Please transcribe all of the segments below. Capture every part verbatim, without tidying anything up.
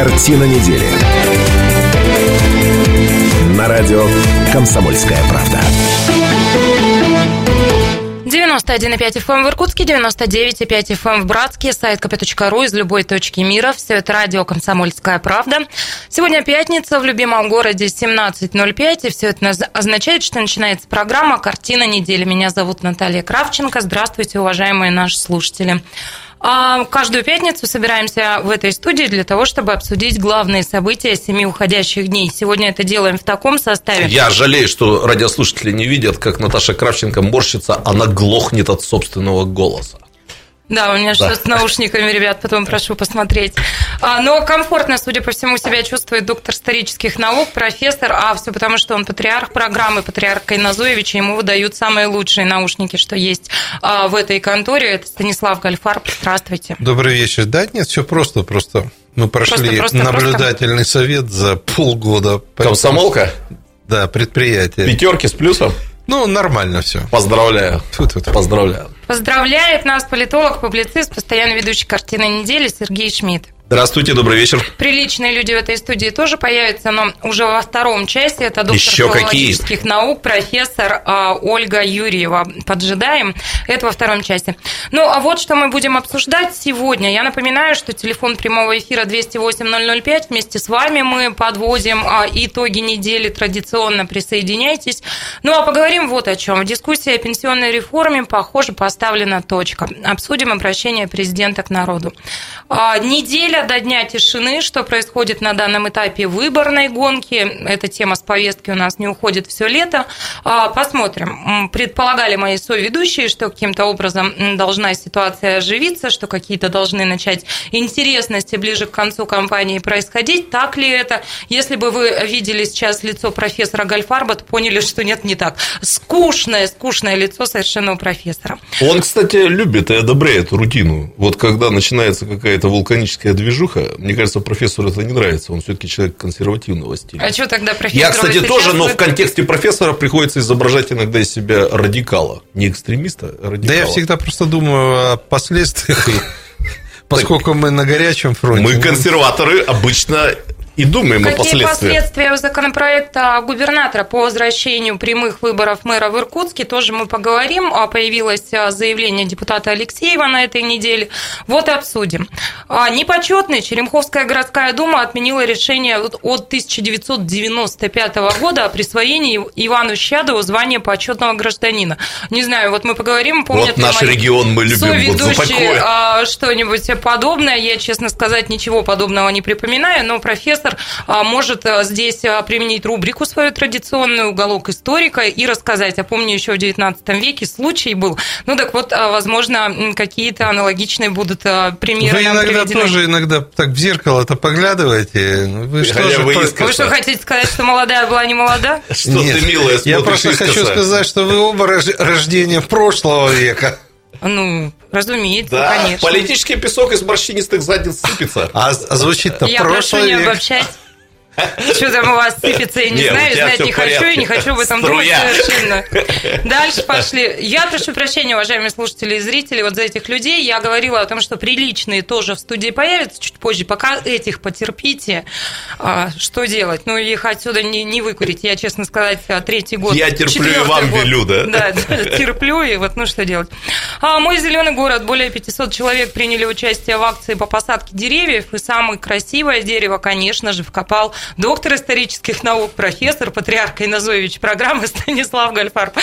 Картина недели. На радио «Комсомольская правда». девяносто один и пять эф эм в Иркутске, девяносто девять и пять эф эм в Братске, сайт ка пэ точка ру из любой точки мира. Все это радио «Комсомольская правда». Сегодня пятница, в любимом городе семнадцать ноль пять, и все это означает, что начинается программа «Картина недели». Меня зовут Наталья Кравченко. Здравствуйте, уважаемые наши слушатели. Каждую пятницу собираемся в этой студии для того, чтобы обсудить главные события семи уходящих дней. Сегодня это делаем в таком составе. Я жалею, что радиослушатели не видят, как Наташа Кравченко морщится, она глохнет от собственного голоса. Да, у меня да. что с наушниками, ребят, потом прошу посмотреть. Но комфортно, судя по всему, себя чувствует доктор исторических наук, профессор, а все потому, что он патриарх программы, патриарх Кайназоевич, ему выдают самые лучшие наушники, что есть в этой конторе. Это Станислав Гальфарб. Здравствуйте. Добрый вечер. Да, нет, все просто, просто мы прошли просто, просто, наблюдательный просто. совет за полгода. Комсомолка? Да, предприятие. Пятерки с плюсом? Ну, нормально все. Поздравляю. Фу-фу-фу. Поздравляю. Поздравляет нас политолог, публицист, постоянно ведущий «Картины недели» Сергей Шмидт. Здравствуйте, добрый вечер. Приличные люди в этой студии тоже появятся, но уже во втором части. Это доктор Еще филологических какие? наук, профессор Ольга Юрьева. Поджидаем. Это во втором части. Ну, а вот что мы будем обсуждать сегодня. Я напоминаю, что телефон прямого эфира двести восемь ноль ноль пять. Вместе с вами мы подводим итоги недели. Традиционно присоединяйтесь. Ну, а поговорим вот о чем. В дискуссии о пенсионной реформе, похоже, поставлена точка. Обсудим обращение президента к народу. Неделя до дня тишины, что происходит на данном этапе выборной гонки. Эта тема с повестки у нас не уходит все лето. Посмотрим. Предполагали мои соведущие, что каким-то образом должна ситуация оживиться, что какие-то должны начать интересности ближе к концу кампании происходить. Так ли это? Если бы вы видели сейчас лицо профессора Гальфарба, то поняли, что нет, не так. Скучное, скучное лицо совершенно у профессора. Он, кстати, любит и одобряет рутину. Вот когда начинается какая-то вулканическая движуха, мне кажется, профессору это не нравится. Он все-таки человек консервативного стиля. А что тогда профессор? Я, кстати, тоже, но в контексте профессора приходится изображать иногда из себя радикала. Не экстремиста, а радикала. Да я всегда просто думаю о последствиях, поскольку мы на горячем фронте. Мы, консерваторы, обычно и думаем Какие о последствиях. Какие последствия законопроекта губернатора по возвращению прямых выборов мэра в Иркутске, тоже мы поговорим. Появилось заявление депутата Алексеева на этой неделе. Вот и обсудим. Непочетный. Черемховская городская дума отменила решение от тысяча девятьсот девяносто пятого года о присвоении Ивану Щадову звания почетного гражданина. Не знаю, вот мы поговорим. Помнят вот наш регион мы любим. Вот за такое. Что-нибудь подобное. Я, честно сказать, ничего подобного не припоминаю, но профессор может здесь применить рубрику свою традиционную «Уголок историка» и рассказать. Я помню, еще в девятнадцатом веке случай был. Ну так вот, возможно, какие-то аналогичные будут примеры. Вы иногда приведены. тоже иногда так в зеркало-то поглядываете. Вы что, же... вы что, хотите сказать, что молодая была не молода? Что Нет, ты, милая, я просто хочу сказать, что вы оба рождения прошлого века. Ну, разумеется, да, конечно. Политический песок из морщинистых задниц сыпется. А, а звучит-то я прошлый век. Я прошу не обобщать. Что там у вас сыпется, я не Нет, знаю, знать не хочу и не хочу об этом Струя. думать совершенно. Дальше пошли. Я прошу прощения, уважаемые слушатели и зрители, вот за этих людей. Я говорила о том, что приличные тоже в студии появятся чуть позже. Пока этих потерпите. Что делать? Ну, их отсюда не, не выкурить. Я, честно сказать, третий год. Я терплю и вам год, велю, да? Да, терплю, и вот ну что делать. А, мой зеленый город. Более пятьсот человек приняли участие в акции по посадке деревьев. И самое красивое дерево, конечно же, вкопал доктор исторических наук, профессор, патриарх Кайназоевич программы Станислав Гальфарб.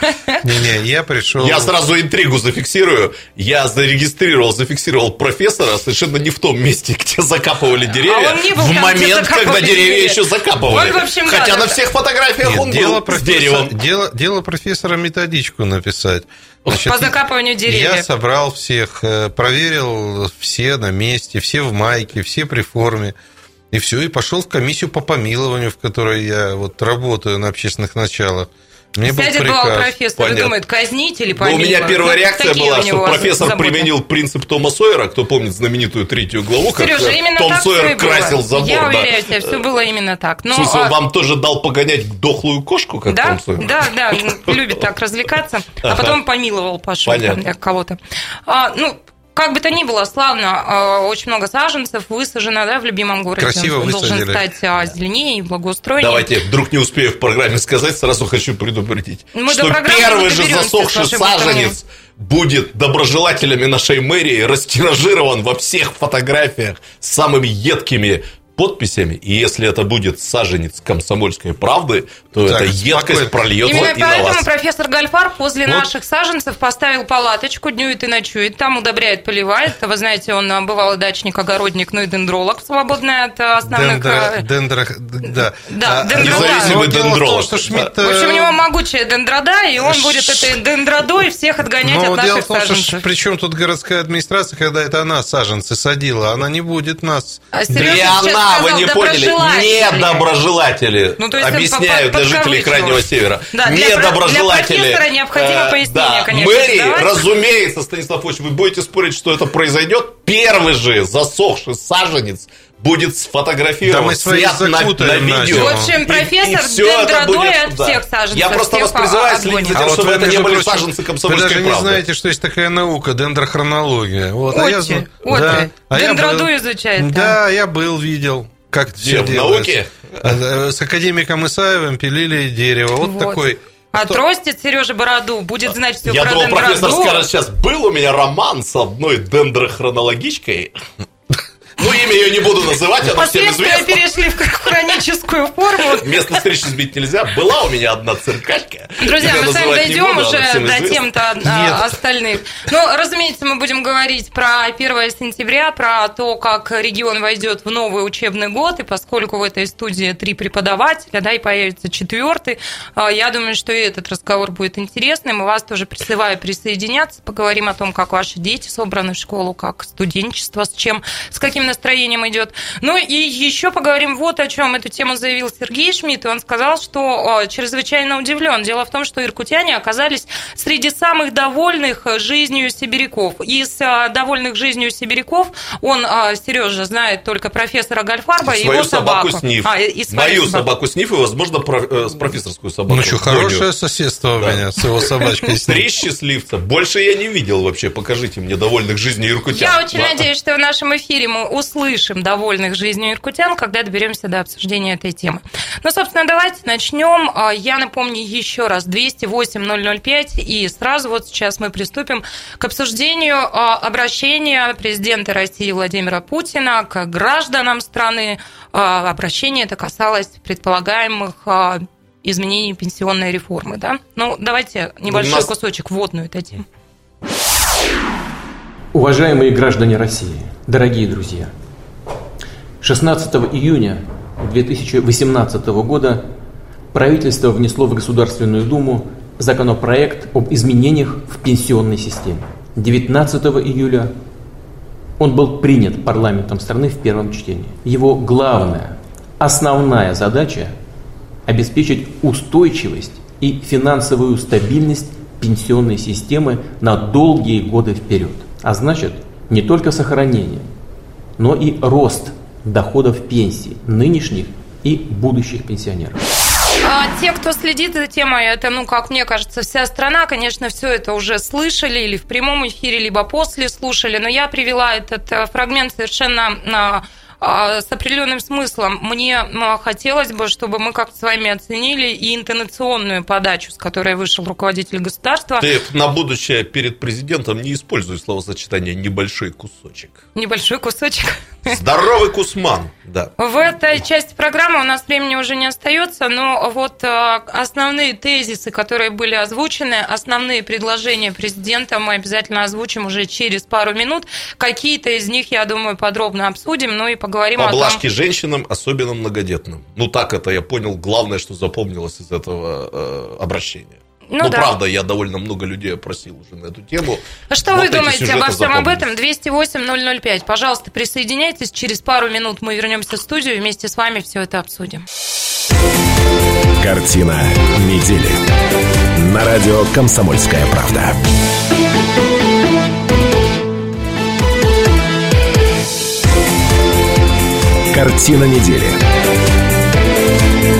Не-не, я пришел. Я сразу интригу зафиксирую. Я зарегистрировал, зафиксировал профессора совершенно не в том месте, где закапывали деревья. А он не был в там, момент, когда деревья, деревья еще закапывали. Он, в общем, Хотя да, на всех фотографиях Нет, он дело был с деревом. Дело, дело профессора методичку написать. Значит, по закапыванию деревьев. Я собрал всех, проверил все на месте, все в майке, все при форме. И все, и пошел в комиссию по помилованию, в которой я вот работаю на общественных началах. Мне Сядет был был профессор и думает, казнить или помиловать. Ну, у меня первая реакция ну, была, что профессор заботы. применил принцип Тома Сойера, кто помнит знаменитую третью главу, как Сережа, именно Том так Сойер красил забор. Я да. уверяю тебя, все было именно так. Но, в смысле, он а... вам тоже дал погонять дохлую кошку, как да? Том Сойер? Да, да, любит так развлекаться, а потом помиловал, пошел кого-то. А, ну, Как бы то ни было, славно, очень много саженцев высажено, да, в любимом городе. Красиво Он высадили. должен стать зеленее и благоустроеннее. Давайте, вдруг не успею в программе сказать, сразу хочу предупредить, Мы что первый же засохший саженец будет доброжелателями нашей мэрии растиражирован во всех фотографиях с самыми едкими подписями, и если это будет саженец «Комсомольской правды», то так, эта едкость прольется Именно и на поэтому вас. профессор Гальфарб возле вот. наших саженцев поставил палаточку, днюет и ночует, там удобряет, поливает. Вы знаете, он бывалый дачник, огородник, ну и дендролог, свободный от основных... Дендро, дендро, да. Да, а, дендролог. Независимый дендролог. Что Шмидт... В общем, у него могучая дендрода, и он будет этой дендродой всех отгонять Но от дело наших в том, саженцев. что при чем тут городская администрация, когда это она саженцы садила, она не будет нас... А И Сережа сейчас она, сказал, вы не поняли, недоброжелатели, Ну, то есть он объясняю под- для жителей подкавычивал. Крайнего Севера, Да, для про- недоброжелатели. для профессора необходимо э, пояснение, да, конечно, мэрии, давать. разумеется, Станислав Ильич, вы будете спорить, что это произойдет, первый же засохший саженец будет сфотографирован, Да мы свои снят на, на закутаем видео. начнем. В общем, И- профессор и всё это дендродой будет, от да. всех саженцев. Я просто вас всех призываю отгонит. следить за тем, А вот чтобы вы, это не между были прочим, саженцы Вы «Комсомольской даже не правды». знаете, что есть такая наука, дендрохронология. Вот, а я Отче, знаю- вот да. ты, А я дендроду был- изучает, да. Да, я был, видел, как это Где, все в делается. науке? С академиком Исаевым пилили дерево. Вот, Вот. такой... Отростит Сережа бороду, будет знать все Я про думал, профессор дендроду. скажет сейчас, был у меня роман с одной дендрохронологичкой. Ну, имя ее не буду называть, оно всем Последствия известно. перешли в хроническую форму. Место встречи сбить нельзя. Была у меня одна циркалька. Друзья, Имя мы с вами называть не дойдем буду, уже оно всем до известно. тем-то а, остальных. Ну, разумеется, мы будем говорить про первое сентября, про то, как регион войдет в новый учебный год, и поскольку в этой студии три преподавателя, да, и появится четвертый, я думаю, что и этот разговор будет интересным, и вас тоже призываю присоединяться, поговорим о том, как ваши дети собраны в школу, как студенчество, с чем, с каким настроением идет. Ну и еще поговорим вот о чем. Эту тему заявил Сергей Шмидт, и он сказал, что чрезвычайно удивлен. Дело в том, что иркутяне оказались среди самых довольных жизнью сибиряков. Из довольных жизнью сибиряков он, Сережа, знает только профессора Гальфарба и свою его собаку. собаку Сниф. А, и свою Мою собаку. собаку Сниф и, возможно, про- э, с профессорскую собаку. Ну что, Доню. хорошее соседство у Да. меня с его собачкой. Три счастливца. Больше я не видел вообще. Покажите мне довольных жизнью иркутян. Я очень Да. надеюсь, что в нашем эфире мы услышим довольных жизнью иркутян, когда доберемся до обсуждения этой темы. Ну, собственно, давайте начнем. Я напомню еще раз, двести восемь ноль ноль пять, и сразу вот сейчас мы приступим к обсуждению обращения президента России Владимира Путина к гражданам страны. Обращение это касалось предполагаемых изменений пенсионной реформы. Да? Ну, давайте небольшой нас... кусочек вводную дадим. Уважаемые граждане России, дорогие друзья, шестнадцатого июня две тысячи восемнадцатого года правительство внесло в Государственную Думу законопроект об изменениях в пенсионной системе. девятнадцатого июля он был принят парламентом страны в первом чтении. Его главная, основная задача – обеспечить устойчивость и финансовую стабильность пенсионной системы на долгие годы вперед. А значит, не только сохранение, но и рост доходов пенсий нынешних и будущих пенсионеров. А те, кто следит за темой, это, ну, как мне кажется, вся страна, конечно, все это уже слышали или в прямом эфире, либо после слушали, но я привела этот фрагмент совершенно с определенным смыслом. Мне хотелось бы, чтобы мы как-то с вами оценили и интонационную подачу, с которой вышел руководитель государства. Ты на будущее перед президентом не используй словосочетание «небольшой кусочек». Небольшой кусочек. Здоровый кусман, да. В этой части программы у нас времени уже не остается, но вот основные тезисы, которые были озвучены, основные предложения президента мы обязательно озвучим уже через пару минут. Какие-то из них, я думаю, подробно обсудим, ну и поговорим Поблажки о том... женщинам, особенно многодетным. Ну, так это я понял, главное, что запомнилось из этого э, обращения. Ну, ну да. правда, я довольно много людей опросил уже на эту тему. А что Вот вы эти думаете сюжеты обо всем об запомнились. этом? двести восемь ноль ноль пять. Пожалуйста, присоединяйтесь. Через пару минут мы вернемся в студию и вместе с вами все это обсудим. Картина недели. На радио «Комсомольская правда». Картина недели.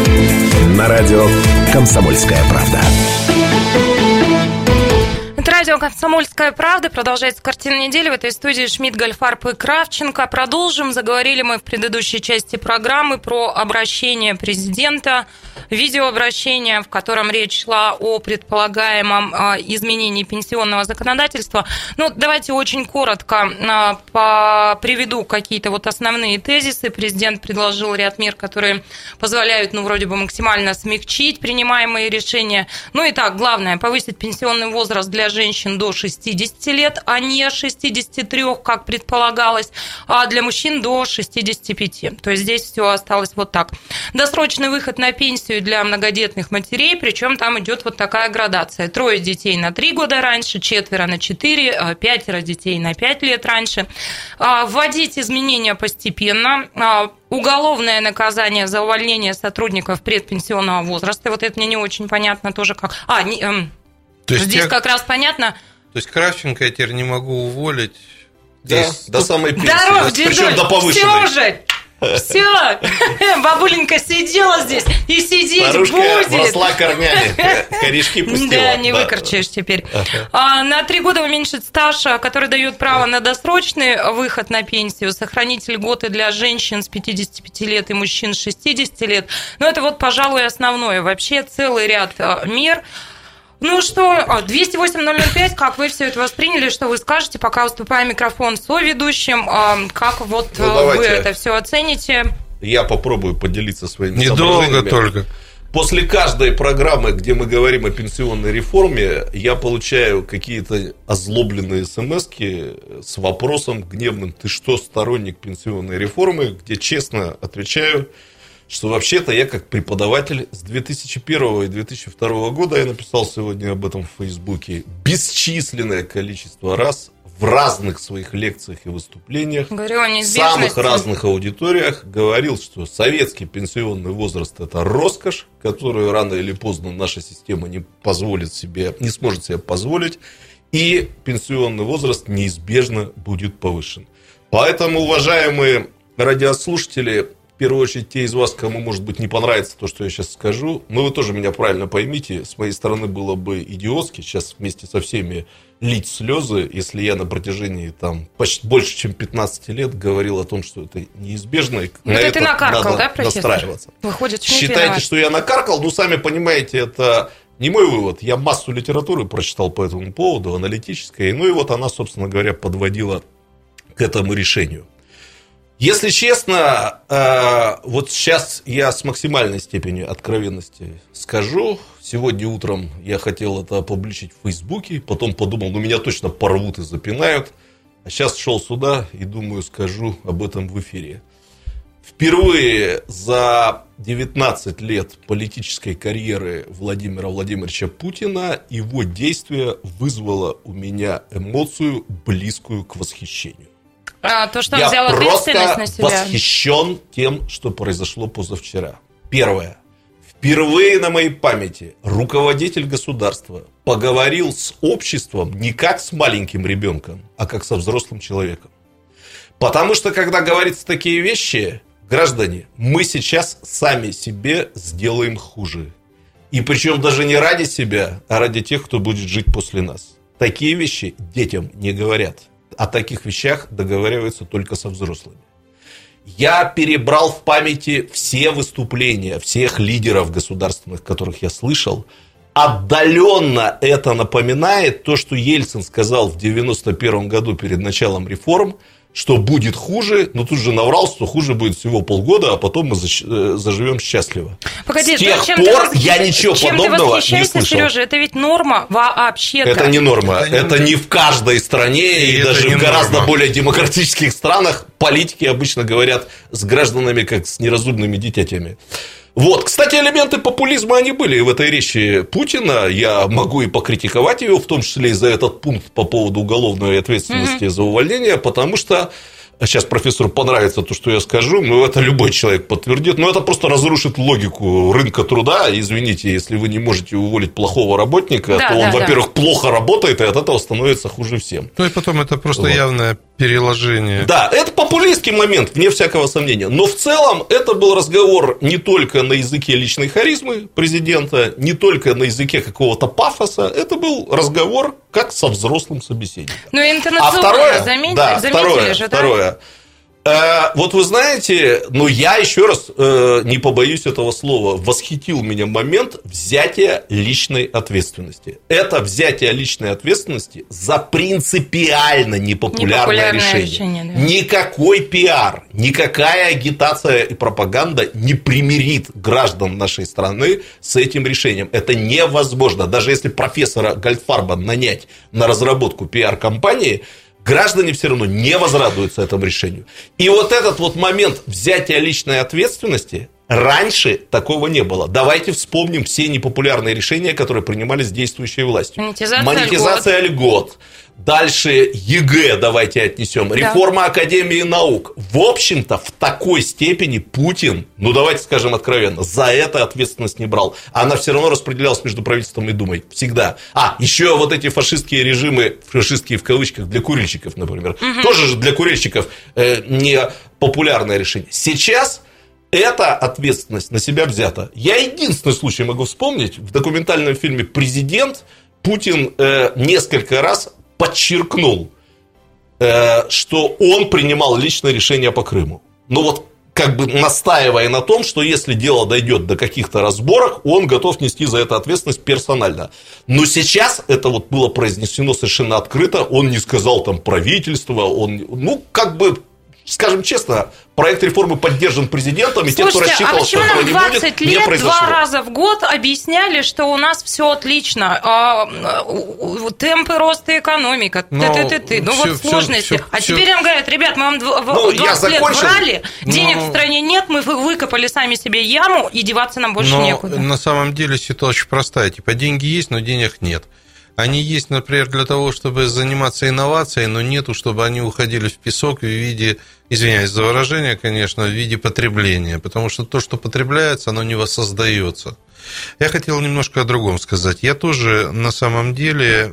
На радио «Комсомольская правда». Это радио радио «Комсомольская правда». Продолжается «Картина недели». В этой студии Шмидт, Гольфарб и Кравченко. Продолжим. Заговорили мы в предыдущей части программы про обращение президента, видеообращение, в котором речь шла о предполагаемом изменении пенсионного законодательства. Ну, давайте очень коротко приведу какие-то вот основные тезисы. Президент предложил ряд мер, которые позволяют, ну, вроде бы максимально смягчить принимаемые решения. Ну и так, главное, повысить пенсионный возраст для женщин до шестидесяти лет, а не шестидесяти трёх, как предполагалось, а для мужчин до шестидесяти пяти. То есть здесь все осталось вот так. Досрочный выход на пенсию для многодетных матерей, причем там идет вот такая градация. Трое детей на три года раньше, четверо на четыре, пятеро детей на пять лет раньше. Вводить изменения постепенно. Уголовное наказание за увольнение сотрудников предпенсионного возраста. Вот это мне не очень понятно тоже как... А, не, эм, то есть здесь я... как раз понятно... То есть Кравченко я теперь не могу уволить... Да, здесь... до самой пенсии. Здоров, дедуль, причем до повышенной. Все уже! Все, бабуленька сидела здесь и сидеть Старушка будет. росла корнями, корешки пустила. Да, не да. выкорчаешь теперь. Ага. А, на три года уменьшить стаж, который дает право на досрочный выход на пенсию, сохранить льготы для женщин с пятидесяти пяти лет и мужчин с шестидесяти лет. Но это вот, пожалуй, основное. Вообще целый ряд мер. Ну что, двести восемь ноль ноль пять, как вы все это восприняли, что вы скажете, пока уступаю микрофон соведущим, как вот ну, вы это все оцените? Я попробую поделиться своими Недолго соображениями. только. После каждой программы, где мы говорим о пенсионной реформе, я получаю какие-то озлобленные смски с вопросом гневным: ты что, сторонник пенсионной реформы? Где честно отвечаю, что вообще-то я как преподаватель с две тысячи первого и две тысячи второго года, я написал сегодня об этом в Фейсбуке, бесчисленное количество раз в разных своих лекциях и выступлениях, в самых разных аудиториях говорил, что советский пенсионный возраст – это роскошь, которую рано или поздно наша система не позволит себе, не сможет себе позволить, и пенсионный возраст неизбежно будет повышен. Поэтому, уважаемые радиослушатели, в первую очередь, те из вас, кому, может быть, не понравится то, что я сейчас скажу, но вы тоже меня правильно поймите, с моей стороны было бы идиотски сейчас вместе со всеми лить слезы, если я на протяжении там, почти больше, чем пятнадцати лет говорил о том, что это неизбежно, и ну, на это это ты накаркал, надо да, профессор? настраиваться. Выходит, считаете, виноват. что я накаркал? Ну, сами понимаете, это не мой вывод. Я массу литературы прочитал по этому поводу, аналитической, ну и вот она, собственно говоря, подводила к этому решению. Если честно, вот сейчас я с максимальной степенью откровенности скажу. Сегодня утром я хотел это опубличить в Фейсбуке, потом подумал, ну меня точно порвут и запинают. А сейчас шел сюда и думаю, скажу об этом в эфире. Впервые за девятнадцать лет политической карьеры Владимира Владимировича Путина его действие вызвало у меня эмоцию, близкую к восхищению. А, то, что он я взял ответственность на себя. восхищен тем, что произошло позавчера. Первое. Впервые на моей памяти руководитель государства поговорил с обществом не как с маленьким ребенком, а как со взрослым человеком. Потому что, когда говорится такие вещи, граждане, мы сейчас сами себе сделаем хуже. И причем даже не ради себя, а ради тех, кто будет жить после нас. Такие вещи детям не говорят. О таких вещах договариваются только со взрослыми. Я перебрал в памяти все выступления всех лидеров государственных, которых я слышал. Отдаленно это напоминает то, что Ельцин сказал в девяносто первом году перед началом реформ, что будет хуже, но тут же наврал, что хуже будет всего полгода, а потом мы заживем счастливо. Погоди, с тех чем пор ты, я ничего чем подобного ты не слышал. Сережа, это ведь норма вообще-то. Это не норма. Это, это, не... не... это не в каждой стране, и, и даже в гораздо норма. Более демократических странах политики обычно говорят с гражданами как с неразумными дитятями. Вот, кстати, элементы популизма, они были в этой речи Путина. Я могу и покритиковать его, в том числе и за этот пункт по поводу уголовной ответственности mm-hmm. за увольнение, потому что сейчас профессору понравится то, что я скажу, но это любой человек подтвердит, но это просто разрушит логику рынка труда. Извините, если вы не можете уволить плохого работника, да, то он, да, во-первых, да. плохо работает, и от этого становится хуже всем. Ну и потом это просто вот. Явное переложение. Да, это по популистский момент, вне всякого сомнения. Но в целом это был разговор не только на языке личной харизмы президента, не только на языке какого-то пафоса. Это был разговор как со взрослым собеседником. Ну, интернационально, а второе, заметили, да, заметили второе, же, да? второе. Вот вы знаете, ну я еще раз не побоюсь этого слова, восхитил меня момент взятия личной ответственности. Это взятие личной ответственности за принципиально непопулярное, непопулярное решение. решение да. Никакой пиар, никакая агитация и пропаганда не примирит граждан нашей страны с этим решением. Это невозможно. Даже если профессора Гольдфарба нанять на разработку пиар-компании, граждане все равно не возрадуются этому решению. И вот этот вот момент взятия личной ответственности, раньше такого не было. Давайте вспомним все непопулярные решения, которые принимались действующей властью. Монетизация, Монетизация льгот. льгот. Дальше ЕГЭ давайте отнесем. Да. Реформа Академии наук. В общем-то, в такой степени Путин, ну давайте скажем откровенно, за это ответственность не брал. Она все равно распределялась между правительством и Думой. Всегда. А, еще вот эти фашистские режимы, фашистские в кавычках, для курильщиков, например. Угу. Тоже же для курильщиков э, не популярное решение. Сейчас эта ответственность на себя взята. Я единственный случай могу вспомнить. В документальном фильме «Президент» Путин э, несколько раз подчеркнул, э, что он принимал личное решение по Крыму. Ну вот как бы настаивая на том, что если дело дойдет до каких-то разборок, он готов нести за это ответственность персонально. Но сейчас это вот было произнесено совершенно открыто. Он не сказал там правительство, он, ну как бы, скажем честно, проект реформы поддержан президентом, и Слушайте, те, кто рассчитывал, а что этого не будет, не лет, произошло. два раза в год объясняли, что у нас все отлично, темпы роста экономики, ты-ты-ты-ты, ну вот сложности. Все, а все. Теперь нам говорят, ребят, мы вам ну, двадцать лет брали, денег но... в стране нет, мы выкопали сами себе яму, и деваться нам больше но некуда. На самом деле ситуация очень простая, типа деньги есть, но денег нет. Они есть, например, для того, чтобы заниматься инновацией, но нету, чтобы они уходили в песок в виде, извиняюсь за выражение, конечно, в виде потребления. Потому что то, что потребляется, оно не воссоздается. Я хотел немножко о другом сказать. Я тоже, на самом деле,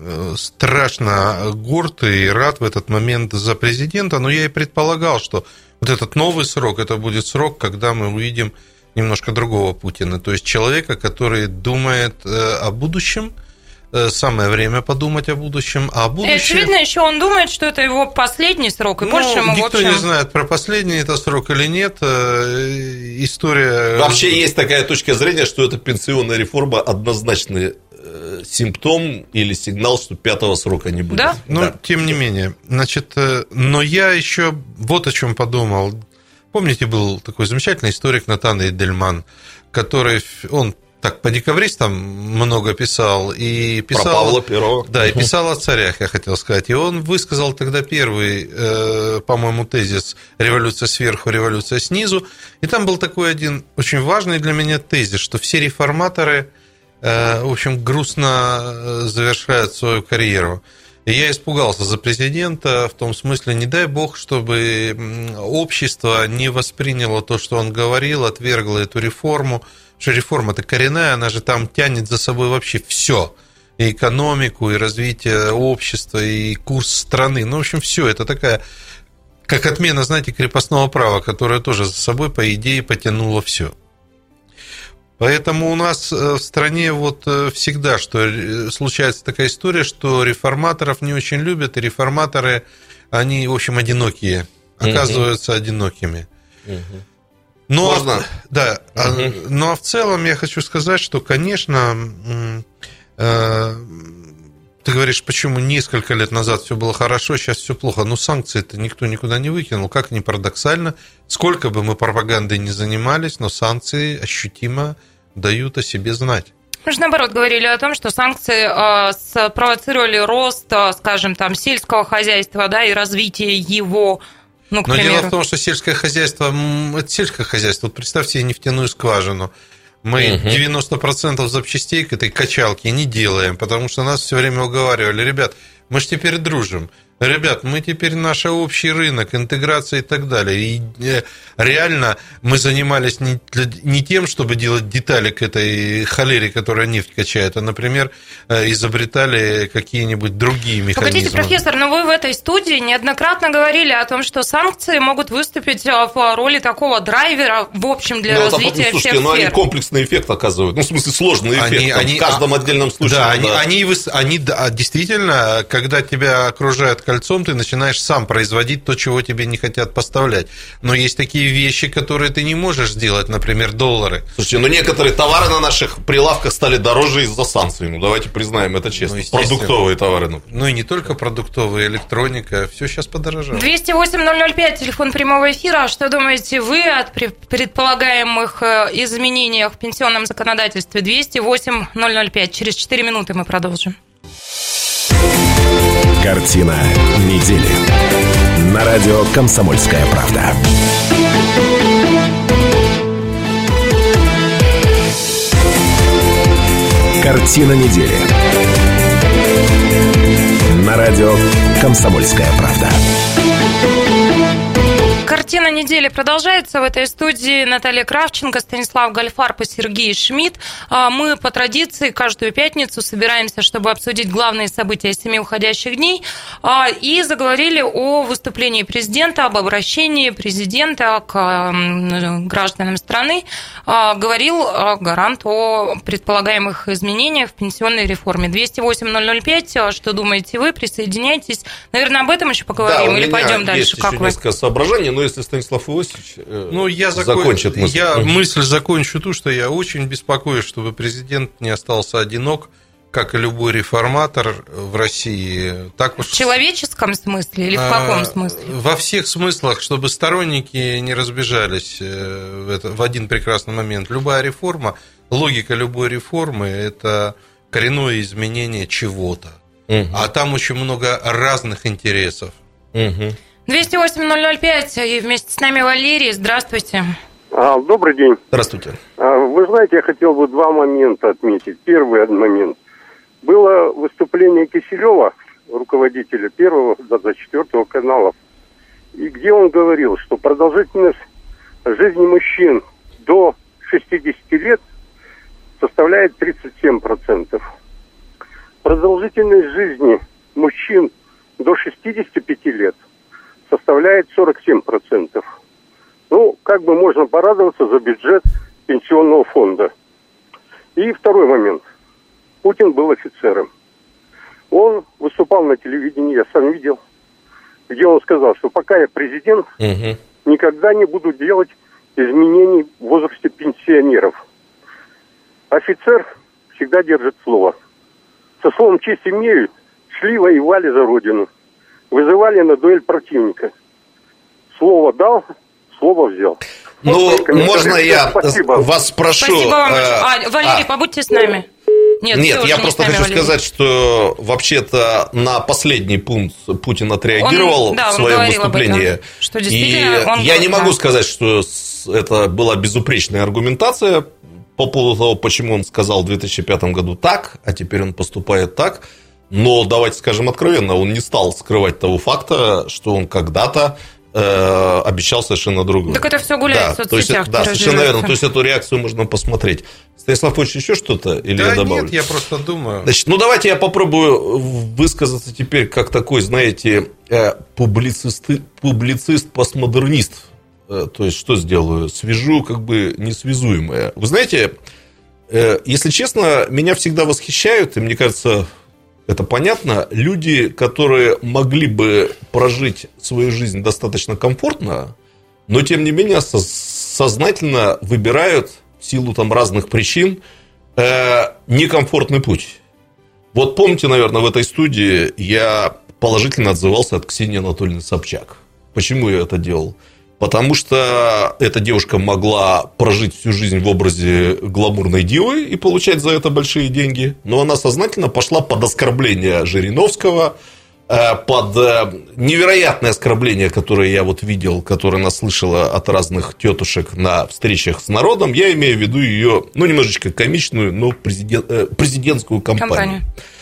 страшно горд и рад в этот момент за президента, но я и предполагал, что вот этот новый срок, это будет срок, когда мы увидим немножко другого Путина. То есть человека, который думает о будущем. Самое время подумать о будущем. А будущее... Очевидно, еще он думает, что это его последний срок, и ну, больше ему, никто в общем... не знает, про последний это срок или нет. История... Вообще есть такая точка зрения, что эта пенсионная реформа однозначный симптом или сигнал, что пятого срока не будет. Да? Но, да. Тем не менее. Значит, но я еще вот о чем подумал. Помните, был такой замечательный историк Натан Эйдельман, который... он так, по декабристам много писал и писал... Про Павла Перова. Да, и писал о царях, я хотел сказать. И он высказал тогда первый, э, по-моему, тезис «Революция сверху, революция снизу». И там был такой один очень важный для меня тезис, что все реформаторы, э, в общем, грустно завершают свою карьеру. И я испугался за президента в том смысле, не дай бог, чтобы общество не восприняло то, что он говорил, отвергло эту реформу. Что реформа-то коренная, она же там тянет за собой вообще все. И экономику, и развитие общества, и курс страны. Ну, в общем, все. Это такая, как отмена, знаете, крепостного права, которая тоже за собой, по идее, потянула все. Поэтому у нас в стране вот всегда что случается такая история, что реформаторов не очень любят, и реформаторы, они, в общем, одинокие, оказываются одинокими. Но, Можно? Да, угу. Но в целом я хочу сказать, что, конечно, э, ты говоришь, почему несколько лет назад все было хорошо, сейчас все плохо. Но санкции-то никто никуда не выкинул. Как ни парадоксально, сколько бы мы пропагандой ни занимались, но санкции ощутимо дают о себе знать. Мы же, наоборот, говорили о том, что санкции э, спровоцировали рост, э, скажем, там, сельского хозяйства, да, и развитие его. Ну, Но дело в том, что сельское хозяйство – это сельское хозяйство. Вот представьте себе нефтяную скважину. Мы угу. девяносто процентов запчастей к этой качалке не делаем, потому что нас все время уговаривали: ребят, мы же теперь дружим. Ребят, мы теперь наш общий рынок, интеграция и так далее. И реально мы занимались не, не тем, чтобы делать детали к этой холере, которая нефть качает, а, например, изобретали какие-нибудь другие механизмы. Погодите, профессор, но вы в этой студии неоднократно говорили о том, что санкции могут выступить в роли такого драйвера, в общем, для ну, развития потом, слушайте, всех ну, сфер. Они комплексный эффект оказывают. Ну, в смысле, сложный эффект. Они, там, они, в каждом а, отдельном случае. Да, да. они, они, они да, действительно, когда тебя окружают кольцом, ты начинаешь сам производить то, чего тебе не хотят поставлять. Но есть такие вещи, которые ты не можешь сделать, например, доллары. Слушайте, ну некоторые товары на наших прилавках стали дороже из-за санкций. Ну, давайте признаем это честно. Ну, продуктовые товары. Ну. ну и не только продуктовые, электроника, все сейчас подорожало. двести восемь ноль ноль пять, телефон прямого эфира. Что думаете вы о предполагаемых изменениях в пенсионном законодательстве? двести восемь ноль ноль пять. Через четыре минуты мы продолжим. Картина недели. На радио «Комсомольская правда». Картина недели. На радио «Комсомольская правда». Картина недели продолжается. В этой студии Наталья Кравченко, Станислав Гальфарб и Сергей Шмидт. Мы по традиции каждую пятницу собираемся, чтобы обсудить главные события семи уходящих дней. И заговорили о выступлении президента, об обращении президента к гражданам страны. Говорил гарант о предполагаемых изменениях в пенсионной реформе. двести восемь ноль ноль пять. Что думаете вы? Присоединяйтесь. Наверное, об этом еще поговорим, да, или пойдем дальше? Есть как еще вы? Несколько соображений, но если Станислав Иосифович ну, я закончит мысль. Я мысль закончу ту, что я очень беспокоюсь, чтобы президент не остался одинок, как и любой реформатор в России. Так уж... В человеческом смысле или в каком смысле? Во всех смыслах, чтобы сторонники не разбежались в один прекрасный момент. Любая реформа, логика любой реформы – это коренное изменение чего-то. Угу. А там очень много разных интересов. Угу. двести восемь ноль ноль пять, и вместе с нами Валерий. Здравствуйте. А, добрый день. Здравствуйте. А, вы знаете, я хотел бы два момента отметить. Первый момент. Было выступление Киселева, руководителя первого до четвертого каналов, и где он говорил, что продолжительность жизни мужчин до шестидесяти лет составляет тридцать семь процентов. Продолжительность жизни мужчин до шестидесяти пяти лет составляет сорок семь процентов. Ну, как бы можно порадоваться за бюджет пенсионного фонда. И второй момент. Путин был офицером. Он выступал на телевидении, я сам видел, где он сказал, что пока я президент, угу. никогда не буду делать изменений в возрасте пенсионеров. Офицер всегда держит слово. Со словом честь имеют, шли, воевали за родину. Вызывали на дуэль противника. Слово дал, слово взял. Ну, вот, можно я Спасибо. вас спрошу... Спасибо вам. А, Валерий, а, побудьте с нами. Нет, Нет я просто хочу Валерий. сказать, что вообще-то на последний пункт Путин отреагировал он, да, в своем выступлении. Этом, что и он я был, не могу да. сказать, что это была безупречная аргументация по поводу того, почему он сказал в две тысячи пятом году так, а теперь он поступает так. Но давайте скажем откровенно, он не стал скрывать того факта, что он когда-то э, обещал совершенно другое. Так это все гуляет да, в соцсетях. Да, совершенно верно. То есть эту реакцию можно посмотреть. Станислав Ильич, еще что-то? Или да я добавлю? Нет, я просто думаю. Значит, ну давайте я попробую высказаться теперь как такой, знаете, публицист, публицист-постмодернист. То есть что сделаю? Свяжу как бы несвязуемое. Вы знаете, если честно, меня всегда восхищают, и мне кажется... Это понятно. Люди, которые могли бы прожить свою жизнь достаточно комфортно, но, тем не менее, сознательно выбирают в силу там разных причин э, некомфортный путь. Вот помните, наверное, в этой студии я положительно отзывался от Ксении Анатольевны Собчак. Почему я это делал? Потому что эта девушка могла прожить всю жизнь в образе гламурной дивы и получать за это большие деньги, но она сознательно пошла под оскорбление Жириновского, под невероятное оскорбление, которое я вот видел, которое она слышала от разных тетушек на встречах с народом. Я имею в виду ее, ну, немножечко комичную, но президент, президентскую кампанию. кампанию.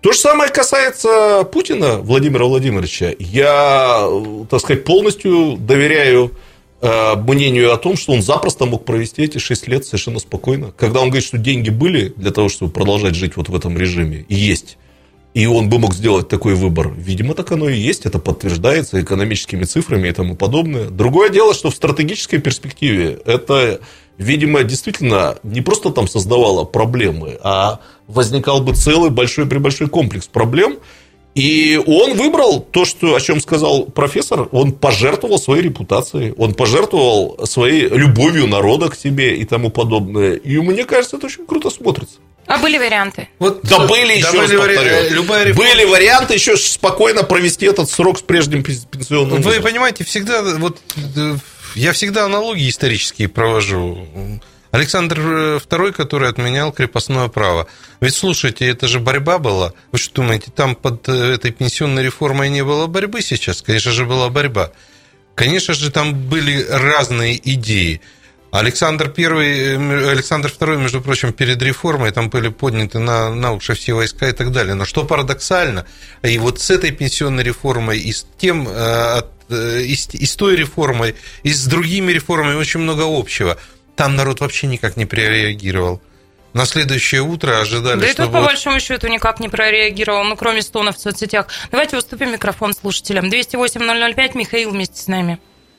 То же самое касается Путина Владимира Владимировича. Я, так сказать, полностью доверяю мнению о том, что он запросто мог провести эти шесть лет совершенно спокойно. Когда он говорит, что деньги были для того, чтобы продолжать жить вот в этом режиме, и есть, и он бы мог сделать такой выбор, видимо, так оно и есть, это подтверждается экономическими цифрами и тому подобное. Другое дело, что в стратегической перспективе это, видимо, действительно не просто там создавало проблемы, а возникал бы целый большой-пребольшой комплекс проблем. И он выбрал то, что, о чем сказал профессор, он пожертвовал своей репутацией, он пожертвовал своей любовью народа к себе и тому подобное. И мне кажется, это очень круто смотрится. А были варианты? Вот, да были, да еще были раз повторю. Любая реформа... Были варианты еще спокойно провести этот срок с прежним пенсионным Вы возрастом. понимаете, всегда вот я всегда аналогии исторические провожу. Александр второй, который отменял крепостное право. Ведь, слушайте, это же борьба была. Вы что думаете, там под этой пенсионной реформой не было борьбы сейчас? Конечно же, была борьба. Конечно же, там были разные идеи. Александр первый, Александр второй, между прочим, перед реформой там были подняты на, на уши все войска и так далее. Но что парадоксально, и вот с этой пенсионной реформой, и с тем, и с, и с той реформой, и с другими реформами очень много общего. Там народ вообще никак не прореагировал. На следующее утро ожидали, да что... Да и тут, вот... по большому счету, никак не прореагировал, ну, кроме стонов в соцсетях. Давайте уступим микрофон слушателям. двести восемь ноль ноль пять, Михаил вместе с нами.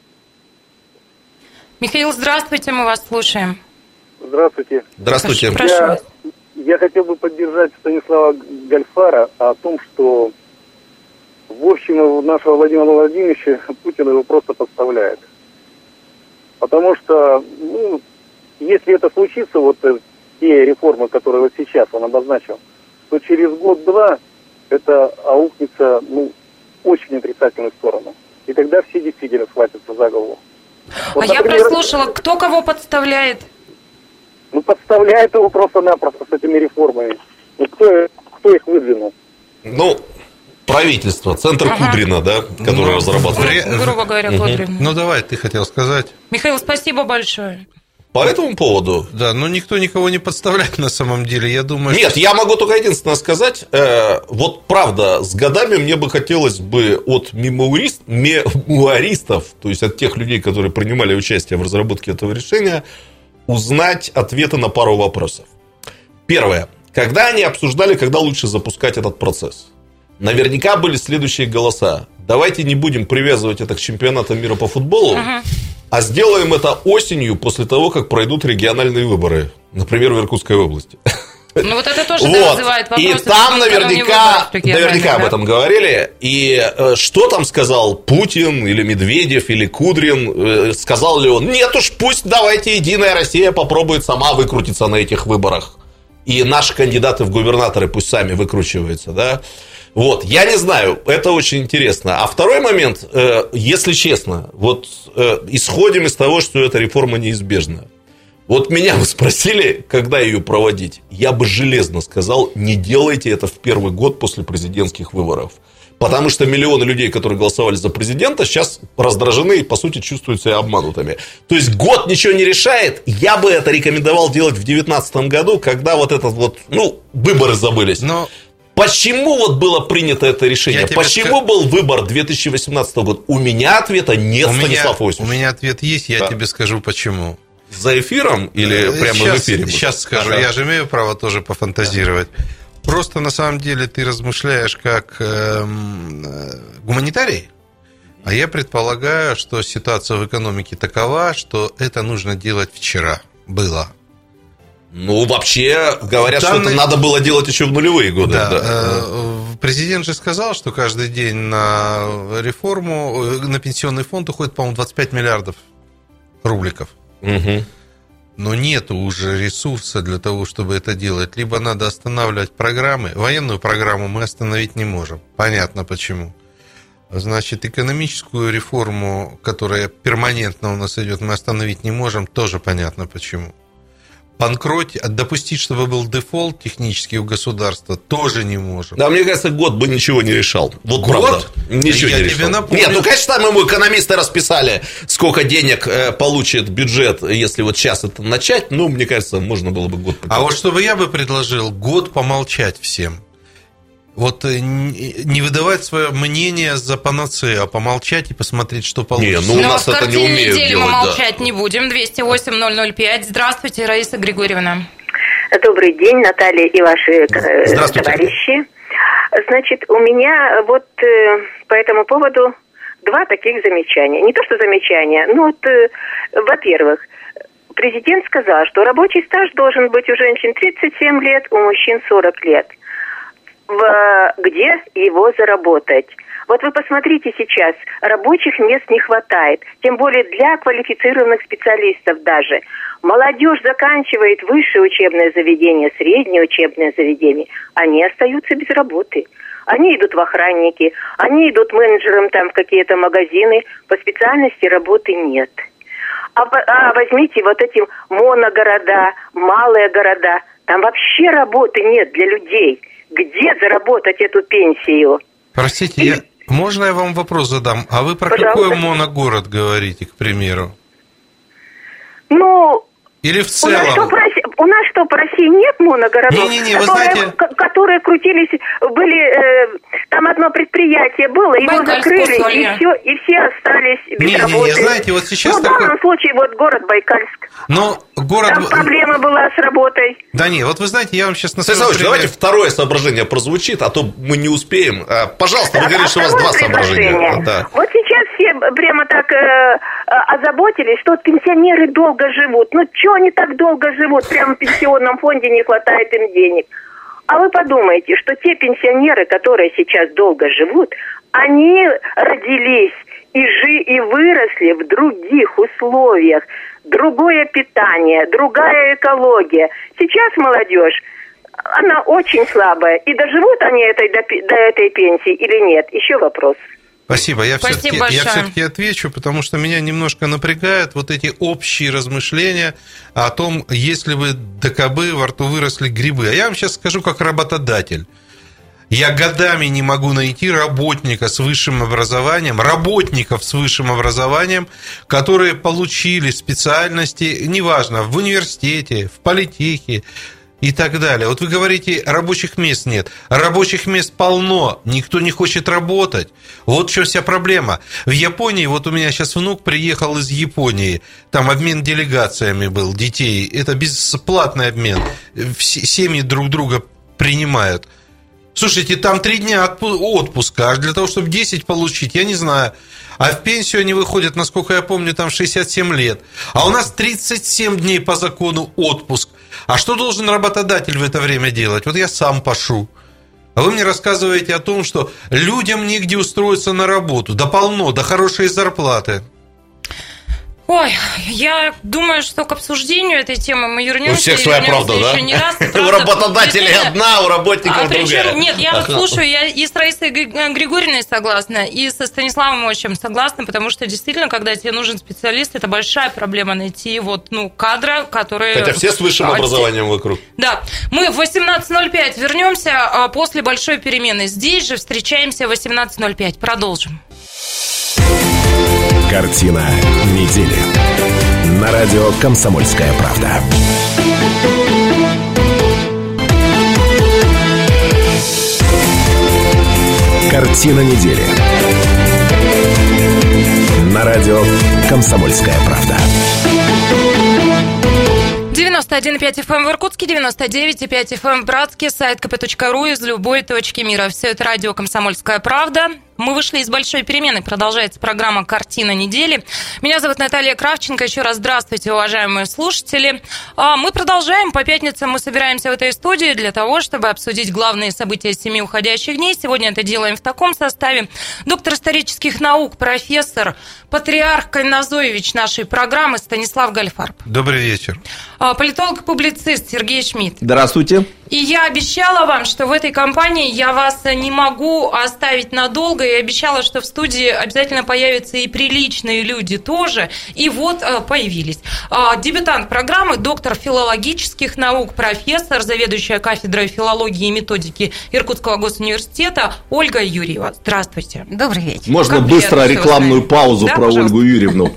Михаил, здравствуйте, мы вас слушаем. Здравствуйте. Здравствуйте. Прошу, прошу вас. Я, я хотел бы поддержать Станислава Гальфара о том, что, в общем, нашего Владимира Владимировича Путин его просто подставляет. Потому что, ну, если это случится, вот те реформы, которые вот сейчас он обозначил, то через год-два это аукнется, ну, очень отрицательную сторону. И тогда все действительно схватятся за голову. Вот, а например, я прослушала, кто кого подставляет? Ну, подставляет его просто-напросто с этими реформами. Ну, кто, кто их выдвинул? Ну, правительство, центр ага. Кудрина, да, который ну, разрабатывает. Ну, грубо говоря, угу. Кудрин. Ну, давай, ты хотел сказать. Михаил, спасибо большое. По этому поводу? Да, но никто никого не подставляет на самом деле, я думаю... Нет, что... я могу только единственное сказать, э, вот правда, с годами мне бы хотелось бы от мемуарист, мемуаристов, то есть от тех людей, которые принимали участие в разработке этого решения, узнать ответы на пару вопросов. Первое. Когда они обсуждали, когда лучше запускать этот процесс? Наверняка были следующие голоса. Давайте не будем привязывать это к чемпионату мира по футболу, uh-huh. а сделаем это осенью после того, как пройдут региональные выборы. Например, в Иркутской области. Ну, вот это тоже вот. вызывает вопросы. И там наверняка, наверняка да? об этом говорили. И э, что там сказал Путин, или Медведев, или Кудрин? Э, сказал ли он, нет уж, пусть давайте Единая Россия попробует сама выкрутиться на этих выборах. И наши кандидаты в губернаторы пусть сами выкручиваются, да? Вот, я не знаю, это очень интересно. А второй момент, э, если честно, вот э, исходим из того, что эта реформа неизбежна. Вот меня вы спросили, когда ее проводить. Я бы железно сказал, не делайте это в первый год после президентских выборов. Потому что миллионы людей, которые голосовали за президента, сейчас раздражены и, по сути, чувствуют себя обманутыми. То есть год ничего не решает. Я бы это рекомендовал делать в две тысячи девятнадцатом году, когда вот этот вот, ну, выборы забылись. Но... Почему вот было принято это решение? Почему ск... был выбор две тысячи восемнадцатого года? У меня ответа нет, у Станислав меня, Осипович. У меня ответ есть, я да. тебе скажу почему. За эфиром или прямо сейчас, в эфире? Сейчас скажу, ага. я же имею право тоже пофантазировать. Да. Просто на самом деле ты размышляешь как э, гуманитарий, а я предполагаю, что ситуация в экономике такова, что это нужно делать вчера. Было. Ну, вообще, говорят, Данный... что это надо было делать еще в нулевые годы. Да. Да. Президент же сказал, что каждый день на реформу, на пенсионный фонд уходит, по-моему, двадцать пять миллиардов рубликов. Угу. Но нет уже ресурса для того, чтобы это делать. Либо надо останавливать программы. Военную программу мы остановить не можем. Понятно почему. Значит, экономическую реформу, которая перманентно у нас идет, мы остановить не можем. Тоже понятно почему. Банкротить, допустить, чтобы был дефолт технический у государства, тоже не можем. Да, мне кажется, год бы ничего не решал. Вот год? Правда. Ничего Я не тебе решал. напомню... Нет, ну, конечно, там ему экономисты расписали, сколько денег э, получит бюджет, если вот сейчас это начать. Ну, мне кажется, можно было бы год потянуть. А вот что бы я бы предложил, год помолчать всем. вот не выдавать свое мнение за панацею, а помолчать и посмотреть, что получится. Не, ну у нас это не умеют делать, мы молчать да. не будем. двести восемь ноль ноль пять. Здравствуйте, Раиса Григорьевна. Добрый день, Наталья и ваши товарищи. Значит, у меня вот по этому поводу два таких замечания. Не то, что замечания, но вот, во-первых, президент сказал, что рабочий стаж должен быть у женщин тридцать семь лет, у мужчин сорок лет. В, где его заработать? Вот вы посмотрите сейчас, рабочих мест не хватает, тем более для квалифицированных специалистов даже. Молодежь заканчивает высшее учебное заведение, среднее учебное заведение, они остаются без работы. Они идут в охранники, они идут менеджером там в какие-то магазины, по специальности работы нет. А, а возьмите вот эти моногорода, малые города, там вообще работы нет для людей. Где заработать эту пенсию? Простите, И... я... можно я вам вопрос задам? А вы про Пожалуйста. Какой моногород говорите, к примеру? Ну... Или в целом? У нас что, по России, у нас что, по России нет моногородов? Не-не-не, вы которые, знаете... которые крутились, были... Э, там одно предприятие было, его закрыли, и все, и все остались без не, работы. Не-не-не, знаете, вот сейчас... Ну, такой... в данном случае, вот город Байкальск. Но город... Там проблема была с работой. Да не, вот вы знаете, я вам сейчас... Александр Ильич, давайте второе соображение прозвучит, а то мы не успеем. Пожалуйста, вы говорите, что у вас два соображения. Да. Вот сейчас все прямо так э, озаботились, что пенсионеры долго живут. Ну, чего они так долго живут? Прямо в пенсионном фонде не хватает им денег. А вы подумайте, что те пенсионеры, которые сейчас долго живут, они родились и, жи- и выросли в других условиях. Другое питание, другая экология. Сейчас молодежь, она очень слабая. И доживут они этой, до, до этой пенсии или нет? Еще вопрос. Спасибо. Я Спасибо все-таки, я все-таки отвечу, потому что меня немножко напрягают вот эти общие размышления о том, если бы до кобы во рту выросли грибы. А я вам сейчас скажу как работодатель. Я годами не могу найти работника с высшим образованием, работников с высшим образованием, которые получили специальности, неважно, в университете, в политехе и так далее. Вот вы говорите, рабочих мест нет. Рабочих мест полно, никто не хочет работать. Вот в чем вся проблема. В Японии, вот у меня сейчас внук приехал из Японии, там обмен делегациями был детей, это бесплатный обмен, семьи друг друга принимают. Слушайте, там три дня отпуска, аж для того, чтобы десять получить, я не знаю. А в пенсию они выходят, насколько я помню, там шестьдесят семь лет. А у нас тридцать семь дней по закону отпуск. А что должен работодатель в это время делать? Вот я сам пашу. А вы мне рассказываете о том, что людям негде устроиться на работу. Да полно, да хорошие зарплаты. Ой, я думаю, что к обсуждению этой темы мы вернемся. У всех своя правда, да? Не раз, у работодателей одна, у работников а другая. Причем, нет, я вот слушаю, я и с Раисой Григорьевной согласна, и со Станиславом Ильичем согласна, потому что действительно, когда тебе нужен специалист, это большая проблема найти вот, ну, кадра, которые... Хотя все с высшим образованием вокруг. Да. Мы в восемнадцать ноль пять вернемся после большой перемены. Здесь же встречаемся в восемнадцать ноль пять. Продолжим. Картина недели. На радио «Комсомольская правда». Картина недели. На радио «Комсомольская правда». девяносто один и пять эф эм в Иркутске, девяносто девять и пять эф эм в Братске, сайт ка пэ точка ру из любой точки мира. Все это радио «Комсомольская правда». Мы вышли из большой перемены. Продолжается программа «Картина недели». Меня зовут Наталья Кравченко. Еще раз здравствуйте, уважаемые слушатели. Мы продолжаем. По пятницам мы собираемся в этой студии для того, чтобы обсудить главные события семи уходящих дней. Сегодня это делаем в таком составе. Доктор исторических наук, профессор, патриарх Кайнозоевич нашей программы Станислав Гальфарб. Добрый вечер. Политолог-публицист Сергей Шмидт. Здравствуйте. И я обещала вам, что в этой компании я вас не могу оставить надолго, и обещала, что в студии обязательно появятся и приличные люди тоже. И вот появились. Дебютант программы, доктор филологических наук, профессор, заведующая кафедрой филологии и методики Иркутского госуниверситета Ольга Юрьева. Здравствуйте. Добрый вечер. Можно как быстро рекламную паузу, да, про пожалуйста. Ольгу Юрьевну.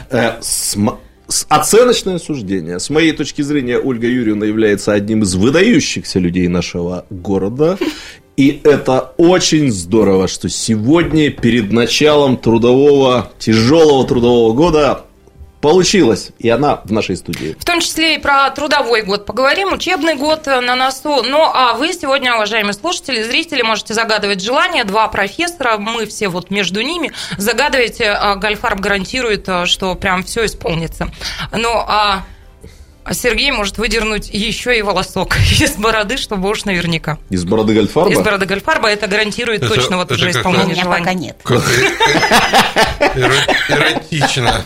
Оценочное суждение. С моей точки зрения, Ольга Юрьевна является одним из выдающихся людей нашего города. И это очень здорово, что сегодня перед началом трудового, тяжелого трудового года получилось, и она в нашей студии. В том числе и про трудовой год поговорим, учебный год на носу. Ну, а вы сегодня, уважаемые слушатели, зрители, можете загадывать желания. Два профессора, мы все вот между ними. Загадывайте, Гольфарб гарантирует, что прям все исполнится. Ну, а... А Сергей может выдернуть еще и волосок из бороды, чтобы уж наверняка. Из бороды Гольфарба? Из бороды Гольфарба, это гарантирует это, точно вот уже исполнение желания. Пока нет. Эротично.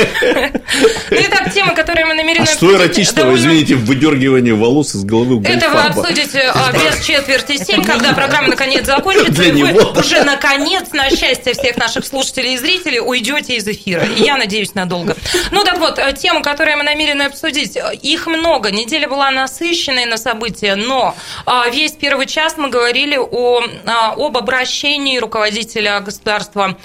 Итак, темы, которые мы намерены обсудить. А что эротичного, извините, в выдергивании волос из головы Гольфарба? Это вы обсудите без четверти семь, когда программа наконец закончится, и вы уже наконец, на счастье всех наших слушателей и зрителей, уйдете из эфира. И я надеюсь, надолго. Ну так вот, темы, которые мы намерены обсудить, их много. Неделя была насыщенной на события, но весь первый час мы говорили о, об обращении руководителя государства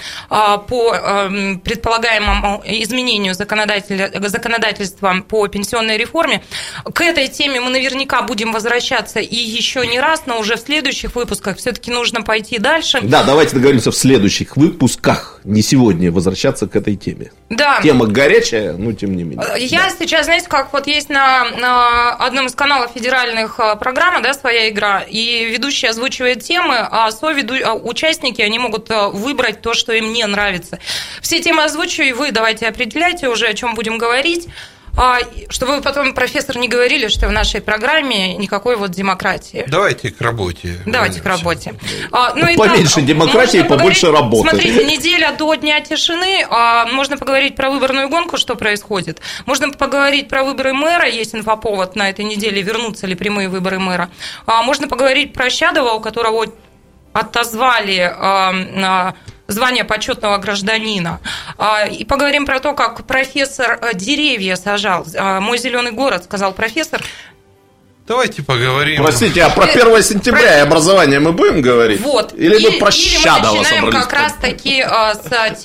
по предполагаемому изменению законодательства по пенсионной реформе. К этой теме мы наверняка будем возвращаться и еще не раз, но уже в следующих выпусках все-таки нужно пойти дальше. Да, давайте договоримся в следующих выпусках, не сегодня, возвращаться к этой теме. Да. Тема горячая, но тем не менее. Я да. сейчас, знаете, как вот есть на, на одном из каналов федеральных программа, да, своя игра, и ведущий озвучивает темы, а соведу, участники, они могут выбрать то, что им не нравится. Все темы озвучу, и вы давайте определяйте уже, о чем будем говорить. Чтобы вы потом, профессор, не говорили, что в нашей программе никакой вот демократии. Давайте к работе. Давайте к работе. Ну, поменьше так, демократии, побольше работы. Смотрите, неделя до Дня тишины, можно поговорить про выборную гонку, что происходит. Можно поговорить про выборы мэра, есть инфоповод на этой неделе, вернутся ли прямые выборы мэра. Можно поговорить про Щадова, у которого отозвали звание почетного гражданина. И поговорим про то, как профессор деревья сажал. Мой зеленый город, сказал профессор. Давайте поговорим. Простите, а про первое сентября про... и образование мы будем говорить? Вот. Или, или мы про Щадова мы начинаем собрались? Как раз таки с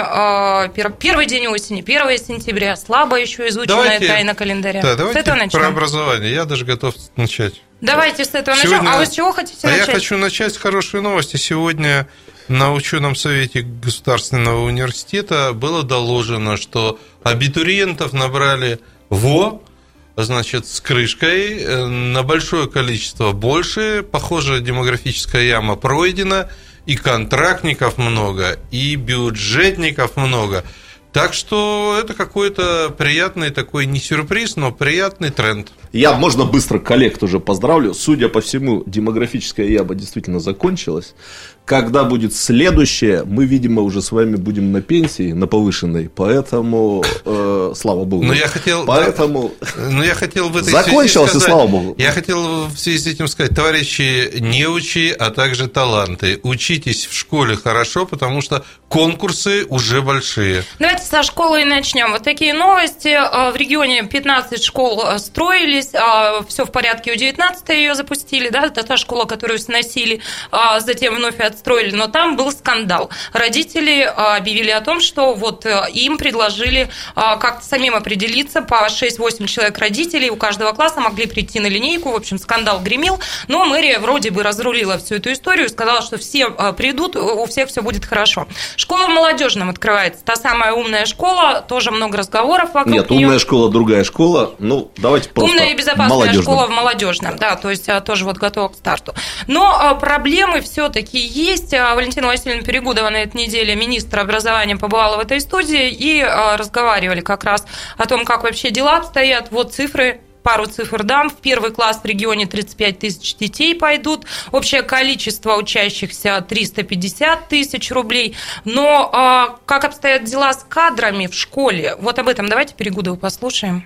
темы первый день осени, первое сентября, слабо еще изученная давайте, тайна календаря. Да, давайте с этого начнем. Про образование. Я даже готов начать. Давайте с этого Сегодня... начнем. А вы с чего хотите а начать? Я хочу начать с хорошей новости. Сегодня на ученом совете Государственного университета было доложено, что абитуриентов набрали во, значит, с крышкой, на большое количество больше. Похоже, демографическая яма пройдена, и контрактников много, и бюджетников много. Так что это какой-то приятный такой, не сюрприз, но приятный тренд. Я, можно быстро коллег тоже поздравлю. Судя по всему, демографическая яма действительно закончилась. Когда будет следующее, мы, видимо, уже с вами будем на пенсии, на повышенной, поэтому, э, слава богу. Но я хотел, поэтому но я хотел в этой закончилось, связи сказать, и слава богу. Я хотел в связи с этим сказать, товарищи неучи, а также таланты, учитесь в школе хорошо, потому что конкурсы уже большие. Давайте со школы и начнем. Вот такие новости. В регионе пятнадцать школ строились, все в порядке, у девятнадцатой ее запустили, да, это та школа, которую сносили, затем вновь отстроили. Строили, но там был скандал. Родители объявили о том, что вот им предложили как-то самим определиться, по шесть-восемь человек родителей у каждого класса могли прийти на линейку, в общем, скандал гремел, но мэрия вроде бы разрулила всю эту историю и сказала, что все придут, у всех все будет хорошо. Школа в Молодежном открывается, та самая умная школа, тоже много разговоров вокруг Нет, нее. умная школа, другая школа, ну, давайте просто умная и безопасная школа в Молодежном, да, то есть тоже вот готова к старту. Но проблемы все-таки есть. Есть Валентина Васильевна Перегудова на этой неделе, министр образования, побывала в этой студии и разговаривали как раз о том, как вообще дела обстоят. Вот цифры. Пару цифр дам. В первый класс в регионе тридцать пять тысяч детей пойдут. Общее количество учащихся триста пятьдесят тысяч рублей. Но а, как обстоят дела с кадрами в школе? Вот об этом давайте Перегудову послушаем.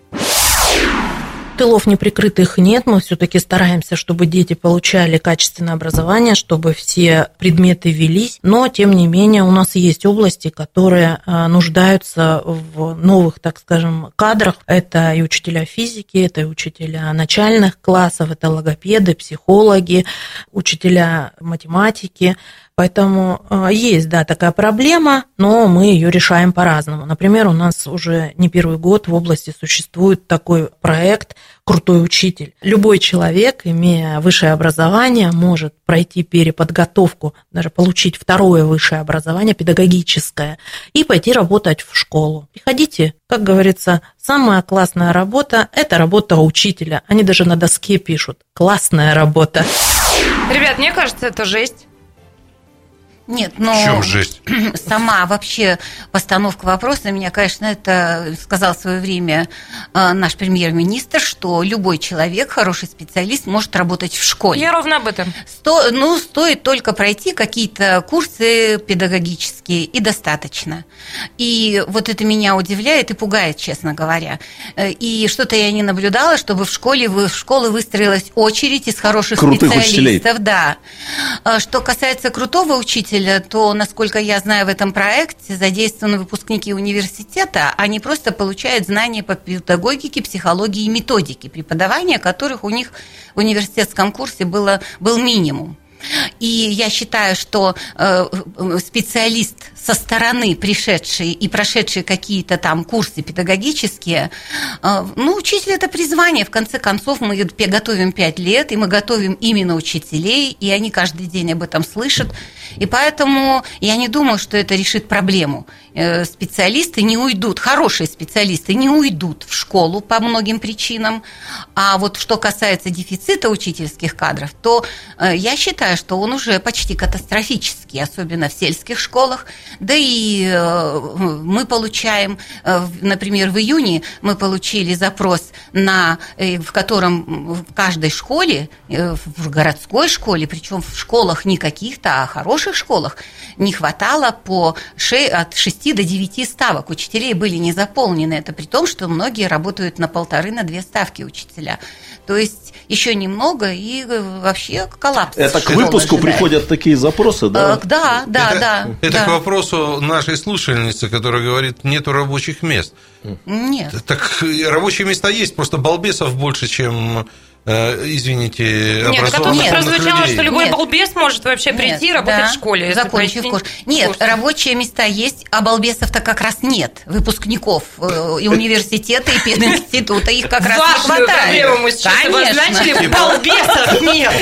Тылов неприкрытых нет, мы все-таки стараемся, чтобы дети получали качественное образование, чтобы все предметы велись, но, тем не менее, у нас есть области, которые нуждаются в новых, так скажем, кадрах. Это и учителя физики, это и учителя начальных классов, это логопеды, психологи, учителя математики. Поэтому есть, да, такая проблема, но мы ее решаем по-разному. Например, у нас уже не первый год в области существует такой проект «Крутой учитель». Любой человек, имея высшее образование, может пройти переподготовку, даже получить второе высшее образование, педагогическое, и пойти работать в школу. Приходите, как говорится, самая классная работа – это работа учителя. Они даже на доске пишут «классная работа». Ребят, мне кажется, это жесть. Нет, но в чем жесть? Сама вообще постановка вопроса, меня, конечно, это сказал в свое время наш премьер-министр, что любой человек, хороший специалист, может работать в школе. Я ровно об этом. Сто, ну, стоит только пройти какие-то курсы педагогические, и достаточно. И вот это меня удивляет и пугает, честно говоря. И что-то я не наблюдала, чтобы в школе в школы выстроилась очередь из хороших крутых специалистов. Учителей. Да. Что касается крутого учителя, то, насколько я знаю, в этом проекте задействованы выпускники университета, они просто получают знания по педагогике, психологии и методике преподавания, которых у них в университетском курсе было, был минимум. И я считаю, что э, специалист со стороны, пришедший и прошедший какие-то там курсы педагогические, э, ну, учитель – это призвание. В конце концов, мы готовим пять лет, и мы готовим именно учителей, и они каждый день об этом слышат. И поэтому я не думаю, что это решит проблему. Э, специалисты не уйдут, хорошие специалисты не уйдут в школу по многим причинам. А вот что касается дефицита учительских кадров, то э, я считаю, что он уже почти катастрофический, особенно в сельских школах. Да и мы получаем, например, в июне мы получили запрос, на, в котором в каждой школе, в городской школе, причем в школах не каких-то, а хороших школах, не хватало по от шести до девяти ставок. Учителей были не заполнены. Это при том, что многие работают на полторы, на две ставки учителя. То есть еще немного, и вообще коллапс. Это к выпуску ожидает. Приходят такие запросы, да? А, да, да, это, да. Это да. к вопросу нашей слушательницы, которая говорит, нету рабочих мест. Нет. Так рабочие места есть, просто балбесов больше, чем... извините, нет, образованных Нет, прозвучало, людей. что любой Нет. балбес может вообще прийти и работать да, в школе. Закончив курс. Нет, курс. Рабочие места есть, а балбесов-то как раз нет. Выпускников и университета, и пединститута, их как раз не хватает. Проблему мы сейчас обозначили, балбесов нет.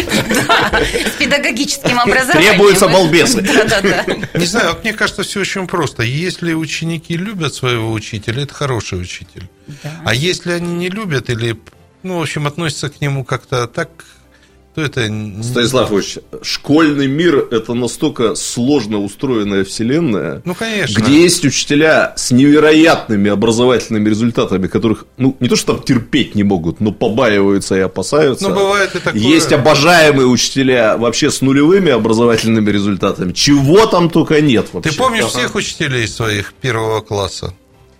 С педагогическим образованием. Требуются балбесы. Не знаю, вот мне кажется, все очень просто. Если ученики любят своего учителя, это хороший учитель. А если они не любят или... Ну, в общем, относятся к нему как-то так, то это... Станислав Ильич, школьный мир – это настолько сложно устроенная вселенная, ну, конечно. Где есть учителя с невероятными образовательными результатами, которых, ну, не то что там терпеть не могут, но побаиваются и опасаются. Ну, бывает и такое. Есть обожаемые учителя вообще с нулевыми образовательными результатами. Чего там только нет вообще. Ты помнишь ага. всех учителей своих первого класса?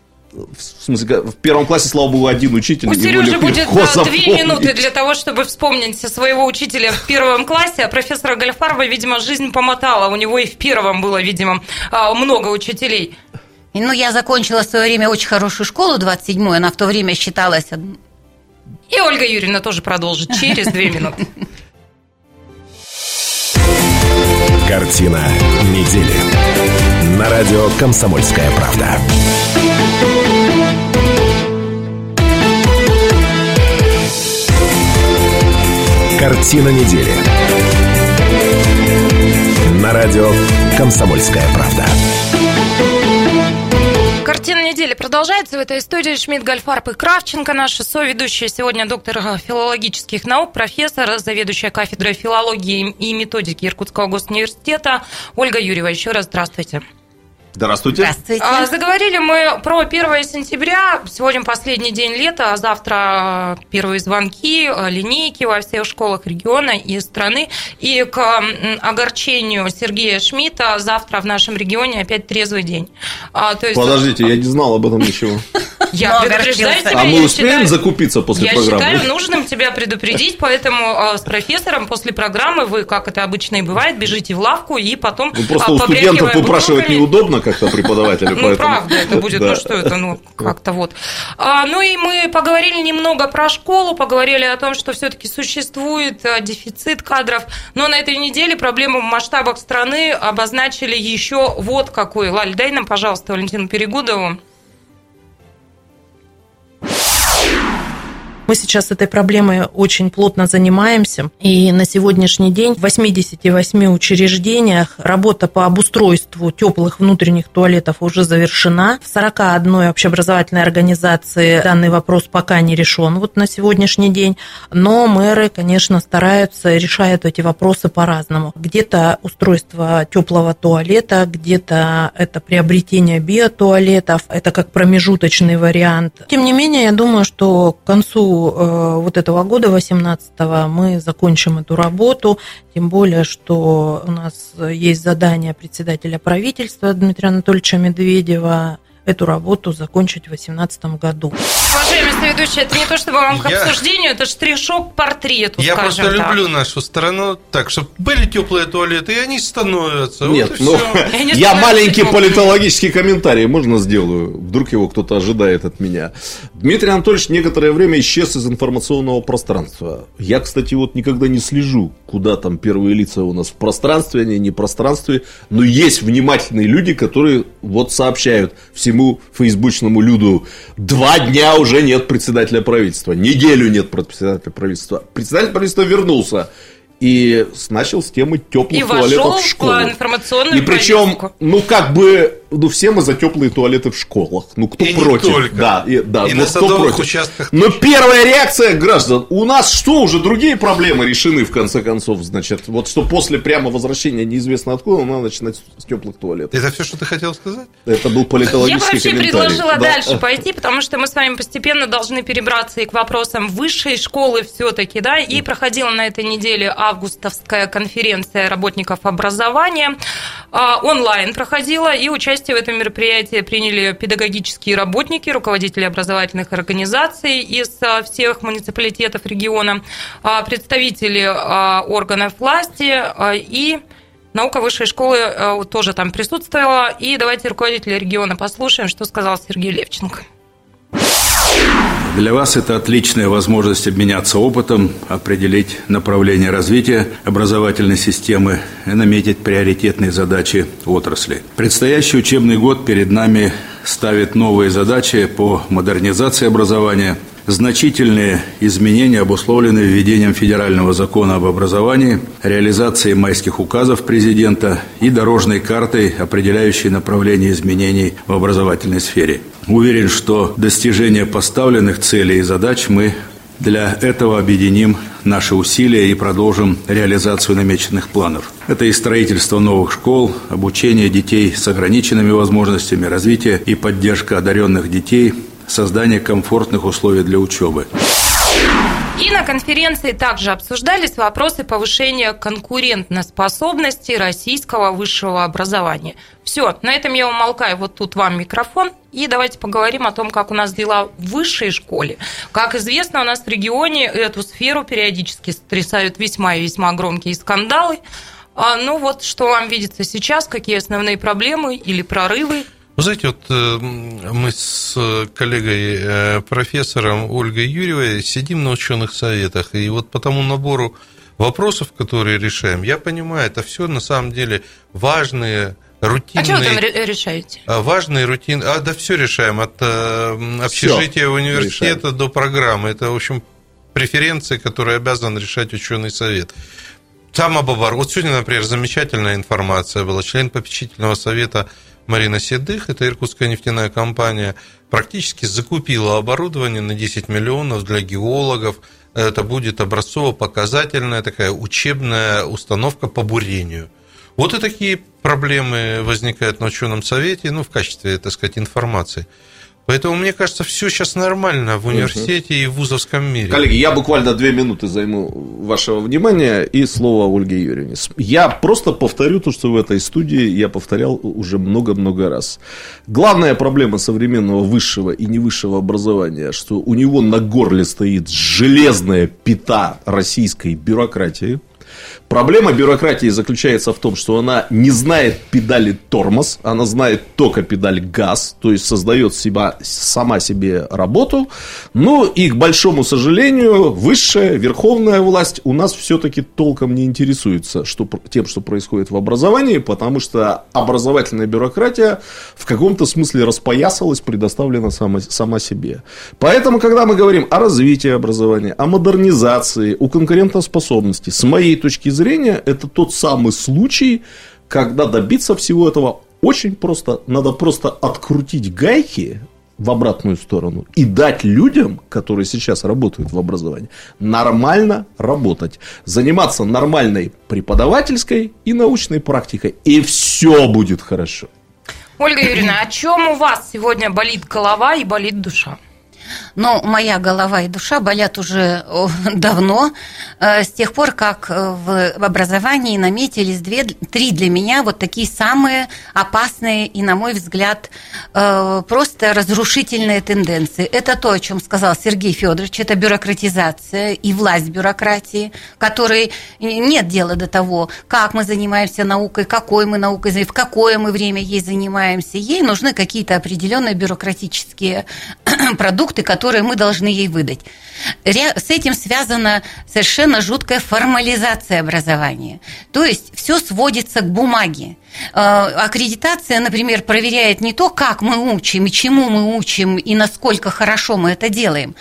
В смысле, в первом классе, слава богу, один учитель. У Сережи будет две минуты для того, чтобы вспомнить своего учителя в первом классе, а профессора Гальфарова, видимо, жизнь помотала. У него и в первом было, видимо, много учителей. Ну, я закончила в свое время очень хорошую школу, двадцать седьмую, она в то время считалась... И Ольга Юрьевна тоже продолжит через две минуты. Картина недели. На радио «Комсомольская правда». Картина недели. На радио «Комсомольская правда». Картина недели продолжается. В этой студии Шмидт, Гальфарб и Кравченко. Наши соведущие сегодня доктор филологических наук, профессор, заведующая кафедрой филологии и методики Иркутского госуниверситета Ольга Юрьева. Еще раз здравствуйте. Здравствуйте. Здравствуйте. А, заговорили мы про первое сентября. Сегодня последний день лета, а завтра первые звонки, линейки во всех школах региона и страны. И к огорчению Сергея Шмидта завтра в нашем регионе опять трезвый день. А, то есть... Подождите, я не знал об этом ничего. Я предупреждаю тебя. А мы успеем закупиться после я программы? Я считаю нужным тебя предупредить, поэтому с профессором после программы вы, как это обычно и бывает, бежите в лавку и потом ну, просто у студентов выпрашивать неудобно как-то преподавателю. Ну, правда, это будет, ну что это, ну, как-то вот. Ну и мы поговорили немного про школу, поговорили о том, что все-таки существует дефицит кадров, но на этой неделе проблему в масштабах страны обозначили еще вот какой. Лаль, дай нам, пожалуйста, Валентину Перегудову. Мы сейчас этой проблемой очень плотно занимаемся, и на сегодняшний день в восьмидесяти восьми учреждениях работа по обустройству теплых внутренних туалетов уже завершена. В сорока одной общеобразовательной организации данный вопрос пока не решен вот на сегодняшний день, но мэры, конечно, стараются и решают эти вопросы по-разному. Где-то устройство теплого туалета, где-то это приобретение биотуалетов, это как промежуточный вариант. Тем не менее, я думаю, что к концу вот этого года, восемнадцатого, мы закончим эту работу, тем более, что у нас есть задание председателя правительства Дмитрия Анатольевича Медведева эту работу закончить в две тысячи восемнадцатом году. Уважаемый соведущий, это не то, чтобы вам к я... обсуждению, это штришок к портрету, я скажем просто так. люблю нашу страну так, чтобы были теплые туалеты, и они становятся. Нет, вот ну, я маленький политологический комментарий, можно сделаю? Вдруг его кто-то ожидает от меня. Дмитрий Анатольевич некоторое время исчез из информационного пространства. Я, кстати, вот никогда не слежу, куда там первые лица у нас в пространстве, они не в пространстве, но есть внимательные люди, которые вот сообщают всему фейсбучному люду: два дня уже нет председателя правительства, неделю нет председателя правительства. Председатель правительства вернулся и начал с темы теплых туалетов в школу. И информационную и причем, повестку. ну как бы, ну все мы за теплые туалеты в школах. Ну кто и против? Не только. Да, и, да, и вот на садовых против? Участках. Но первая реакция граждан: у нас что, уже другие проблемы решены в конце концов, значит, вот что после прямо возвращения неизвестно откуда надо начинать с теплых туалетов. Это все, что ты хотел сказать? Это был политологический комментарий. Я вообще предложила да. дальше пойти, потому что мы с вами постепенно должны перебраться и к вопросам высшей школы все-таки, да, и проходила на этой неделе августовская конференция работников образования. Онлайн проходила, и участие в этом мероприятии приняли педагогические работники, руководители образовательных организаций из всех муниципалитетов региона, представители органов власти и наука высшей школы тоже там присутствовала. И давайте руководителя региона послушаем, что сказал Сергей Левченко. Для вас это отличная возможность обменяться опытом, определить направление развития образовательной системы и наметить приоритетные задачи отрасли. Предстоящий учебный год перед нами ставит новые задачи по модернизации образования. Значительные изменения обусловлены введением федерального закона об образовании, реализацией майских указов президента и дорожной картой, определяющей направление изменений в образовательной сфере. Уверен, что достижение поставленных целей и задач мы для этого объединим наши усилия и продолжим реализацию намеченных планов. Это и строительство новых школ, обучение детей с ограниченными возможностями развития и поддержка одаренных детей, создание комфортных условий для учебы. И на конференции также обсуждались вопросы повышения конкурентоспособности российского высшего образования. Все, на этом я умолкаю. Вот тут вам микрофон. И давайте поговорим о том, как у нас дела в высшей школе. Как известно, у нас в регионе эту сферу периодически сотрясают весьма и весьма громкие скандалы. Ну вот, что вам видится сейчас, какие основные проблемы или прорывы? Вы знаете, вот мы с коллегой профессором Ольгой Юрьевой сидим на ученых советах, и вот по тому набору вопросов, которые решаем, я понимаю, это все на самом деле важные, рутинные... А что вы там решаете? Важные, рутинные... А, да все решаем, от общежития всё университета решаем. До программы. Это, в общем, преференции, которые обязан решать ученый совет. Самооборот. Вот сегодня, например, замечательная информация была. Член попечительного совета Марина Седых, это иркутская нефтяная компания, практически закупила оборудование на десять миллионов для геологов. Это будет образцово-показательная такая учебная установка по бурению. Вот и такие проблемы возникают на ученом совете, ну, в качестве, так сказать, информации. Поэтому, мне кажется, все сейчас нормально в университете и в вузовском мире. Коллеги, я буквально две минуты займу вашего внимания и слово Ольге Юрьевне. Я просто повторю то, что в этой студии я повторял уже много-много раз. Главная проблема современного высшего и невысшего образования, что у него на горле стоит железная пята российской бюрократии. Проблема бюрократии заключается в том, что она не знает педали тормоз, она знает только педаль газ, то есть создает себя, сама себе работу. Но и, к большому сожалению, высшая, верховная власть у нас все-таки толком не интересуется что, тем, что происходит в образовании, потому что образовательная бюрократия в каком-то смысле распоясалась, предоставлена сама, сама себе. Поэтому, когда мы говорим о развитии образования, о модернизации, о конкурентоспособности, с моей точки зрения, зрения, это тот самый случай, когда добиться всего этого очень просто. Надо просто открутить гайки в обратную сторону и дать людям, которые сейчас работают в образовании, нормально работать, заниматься нормальной преподавательской и научной практикой, и все будет хорошо. Ольга Юрьевна, о чем у вас сегодня болит голова и болит душа? Но моя голова и душа болят уже давно, с тех пор, как в образовании наметились две, три для меня вот такие самые опасные и, на мой взгляд, просто разрушительные тенденции. Это то, о чем сказал Сергей Федорович, это бюрократизация и власть бюрократии, которой нет дела до того, как мы занимаемся наукой, какой мы наукой, в какое мы время ей занимаемся. Ей нужны какие-то определенные бюрократические продукты, которые мы должны ей выдать. С этим связана совершенно жуткая формализация образования. То есть все сводится к бумаге. Аккредитация, например, проверяет не то, как мы учим, и чему мы учим, и насколько хорошо мы это делаем,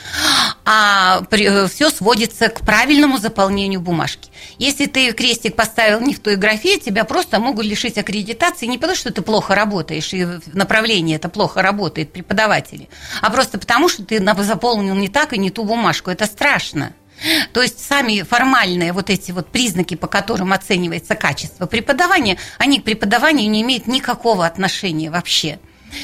а все сводится к правильному заполнению бумажки. Если ты крестик поставил не в той графе, тебя просто могут лишить аккредитации не потому, что ты плохо работаешь, и в направлении это плохо работает преподаватели, а просто потому, что ты заполнил не так и не ту бумажку. Это страшно. То есть сами формальные вот эти вот признаки, по которым оценивается качество преподавания, они к преподаванию не имеют никакого отношения вообще.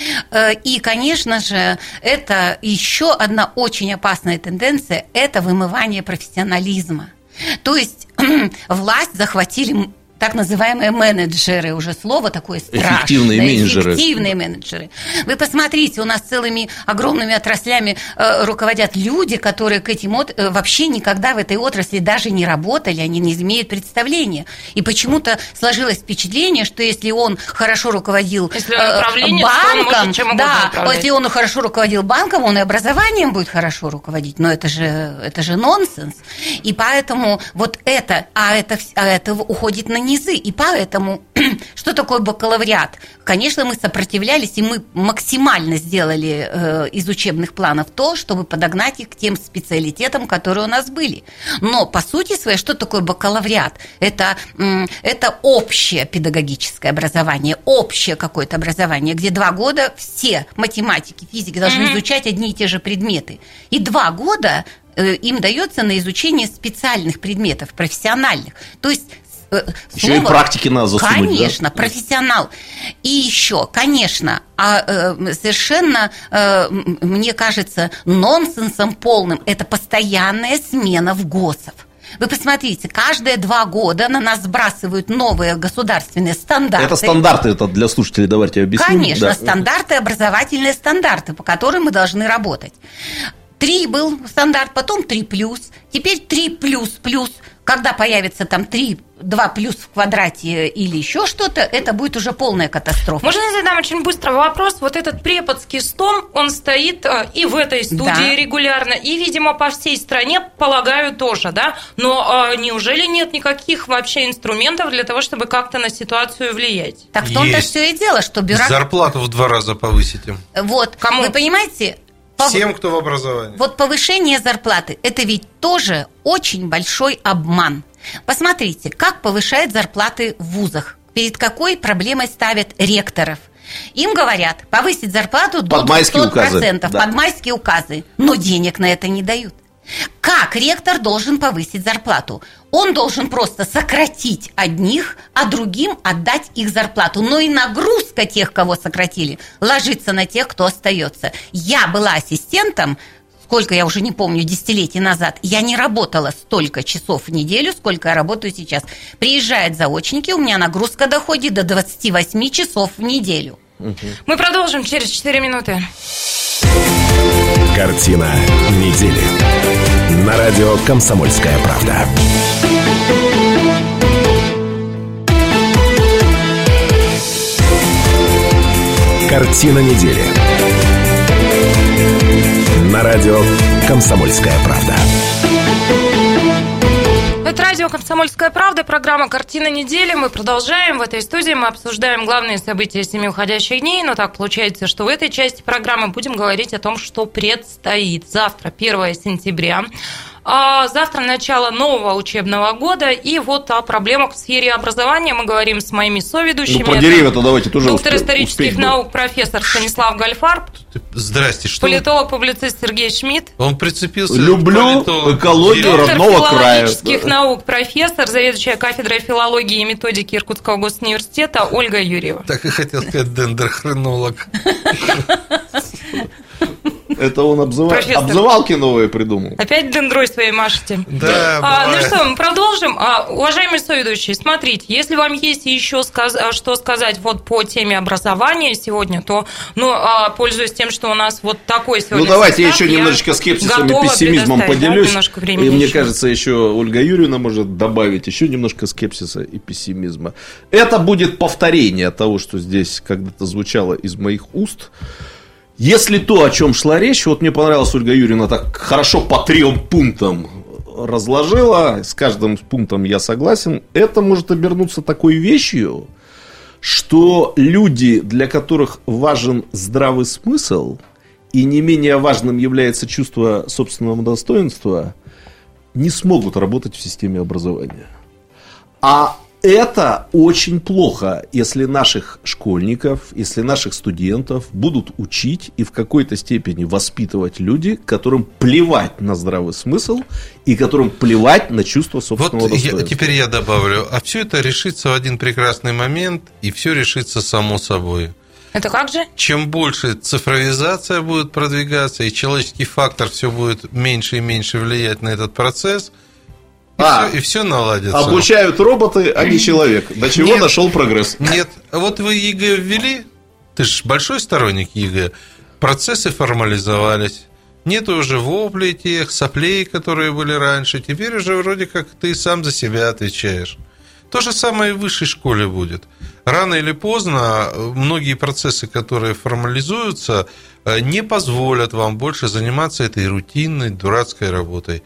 И, конечно же, это еще одна очень опасная тенденция – это вымывание профессионализма. То есть власть захватили так называемые менеджеры, уже слово такое страшное. Эффективные менеджеры. Эффективные менеджеры. Вы посмотрите, у нас целыми огромными отраслями э, руководят люди, которые к этим от... вообще никогда в этой отрасли даже не работали, они не имеют представления. И почему-то сложилось впечатление, что если он хорошо руководил э, банком, может, да, если он хорошо руководил банком, он и образованием будет хорошо руководить. Но это же, это же нонсенс. И поэтому вот это, а это, а это уходит на низы. И поэтому, что такое бакалавриат? Конечно, мы сопротивлялись, и мы максимально сделали э, из учебных планов то, чтобы подогнать их к тем специалитетам, которые у нас были. Но, по сути своей, что такое бакалавриат? Это, э, это общее педагогическое образование, общее какое-то образование, где два года все математики, физики должны mm-hmm. изучать одни и те же предметы. И два года э, им дается на изучение специальных предметов, профессиональных. То есть еще слово, и практики надо засунуть. Конечно, да? Профессионал. И еще, конечно, а, э, совершенно, э, мне кажется, нонсенсом полным это постоянная смена вгосов. Вы посмотрите, каждые два года на нас сбрасывают новые государственные стандарты. Это стандарты, это для слушателей, давайте объясним. Конечно, да. стандарты, образовательные стандарты, по которым мы должны работать. Три был стандарт, потом три плюс, теперь три плюс плюс. Когда появится там три, два плюс в квадрате или еще что-то, это будет уже полная катастрофа. Можно я задам очень быстро вопрос? Вот этот преподский стол, он стоит и в этой студии да. регулярно, и, видимо, по всей стране, полагаю, тоже, да? Но а, неужели нет никаких вообще инструментов для того, чтобы как-то на ситуацию влиять? Так в том-то все и дело, что бюро... Зарплату в два раза повысите. Вот, кому? Вы понимаете... Всем, кто в образовании. Вот повышение зарплаты – это ведь тоже очень большой обман. Посмотрите, как повышают зарплаты в вузах, перед какой проблемой ставят ректоров. Им говорят, повысить зарплату до двухсот процентов, да. под майские указы, но денег на это не дают. Как ректор должен повысить зарплату? Он должен просто сократить одних, а другим отдать их зарплату. Но и нагрузка тех, кого сократили, ложится на тех, кто остается. Я была ассистентом, сколько я уже не помню, десятилетий назад, я не работала столько часов в неделю, сколько я работаю сейчас. Приезжают заочники, у меня нагрузка доходит до двадцать восемь часов в неделю. Мы продолжим через четыре минуты. Картина недели. На радио «Комсомольская правда». Картина недели. На радио «Комсомольская правда». Это радио «Комсомольская правда», программа «Картина недели». Мы продолжаем. В этой студии мы обсуждаем главные события семи уходящих дней. Но так получается, что в этой части программы будем говорить о том, что предстоит. Завтра, первое сентября. Завтра начало нового учебного года. И вот о проблемах в сфере образования мы говорим с моими соведущими. Ну, про деревья-то давайте тоже доктор успе- исторических наук, профессор Станислав Гальфарб. Здрасте, что? Политолог-публицист Сергей Шмидт. Он прицепился. Люблю экологию родного края. Доктор филологических наук, профессор, заведующая кафедрой филологии и методики Иркутского госуниверситета Ольга Юрьева. Так и хотел сказать дендрохронолог. Это он обзыва... обзывалки новые придумал. Опять дендрой своей машете. Да, а, ну что, мы продолжим. А, уважаемые соведущие, смотрите, если вам есть еще сказ... что сказать вот по теме образования сегодня, то, ну, а, пользуясь тем, что у нас вот такой сегодня Ну, давайте состав, я еще немножечко скепсисом и пессимизмом поделюсь. Да, и мне еще. кажется, еще Ольга Юрьевна может добавить еще немножко скепсиса и пессимизма. Это будет повторение того, что здесь когда-то звучало из моих уст. Если то, о чем шла речь, вот мне понравилось, Ольга Юрьевна так хорошо по трем пунктам разложила, с каждым пунктом я согласен, это может обернуться такой вещью, что люди, для которых важен здравый смысл, и не менее важным является чувство собственного достоинства, не смогут работать в системе образования. А это очень плохо, если наших школьников, если наших студентов будут учить и в какой-то степени воспитывать люди, которым плевать на здравый смысл и которым плевать на чувство собственного вот достоинства. Я, теперь я добавлю, а все это решится в один прекрасный момент, и все решится само собой. Это как же? Чем больше цифровизация будет продвигаться, и человеческий фактор все будет меньше и меньше влиять на этот процесс, И, а, все, и все наладится. Обучают роботы, а не человек. До чего нет, дошел прогресс. Нет, вот вы ЕГЭ ввели, ты же большой сторонник ЕГЭ, процессы формализовались. Нет уже воплей тех, соплей, которые были раньше. Теперь уже вроде как ты сам за себя отвечаешь. То же самое и в высшей школе будет. Рано или поздно многие процессы, которые формализуются, не позволят вам больше заниматься этой рутинной, дурацкой работой.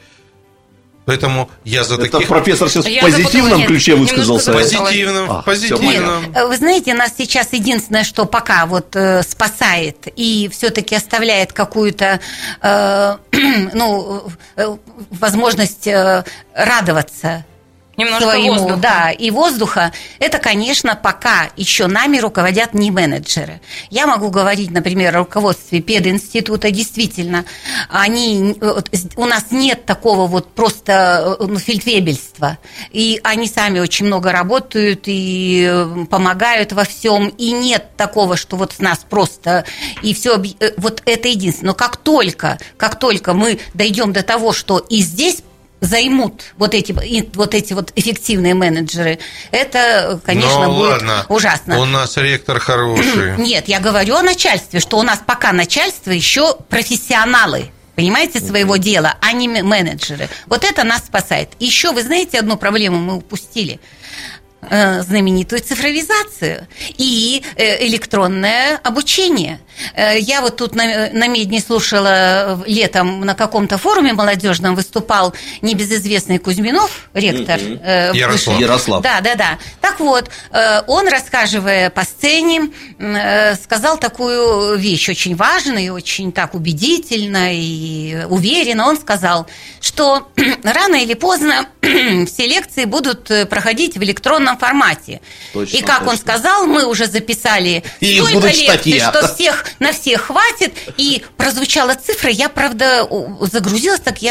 Поэтому я за таких... Это профессор сейчас я в позитивном ключе высказался. В позитивном, а, позитивном. Вы знаете, нас сейчас единственное, что пока вот э, спасает и все-таки оставляет какую-то э, ну, э, возможность э, радоваться немножко своему, воздуха. Да, и воздуха, это, конечно, пока еще нами руководят не менеджеры. Я могу говорить, например, о руководстве пединститута, действительно, они, у нас нет такого вот просто ну, фельдвебельства, и они сами очень много работают и помогают во всем, и нет такого, что вот с нас просто, и все, вот это единственное. Но как только, как только мы дойдем до того, что и здесь займут вот эти, вот эти вот эффективные менеджеры, это, конечно, ну, будет ладно. ужасно. У нас ректор хороший. Нет, я говорю о начальстве, что у нас пока начальство еще профессионалы, понимаете, своего дела, а не менеджеры. Вот это нас спасает. Еще, вы знаете, одну проблему мы упустили. Знаменитую цифровизацию и электронное обучение. Я вот тут на, на Медне слушала летом на каком-то форуме молодежном выступал небезызвестный Кузьминов, ректор. Mm-hmm. Ярослав. Ярослав. Да, да, да. Так вот, он, рассказывая по сцене, сказал такую вещь очень важную и очень так убедительно и уверенно. Он сказал, что рано или поздно все лекции будут проходить в электронном формате. Точно, и как точно. Он сказал, мы уже записали и столько лекций, что всех, на всех хватит. И прозвучала цифра, я, правда, загрузилась, так я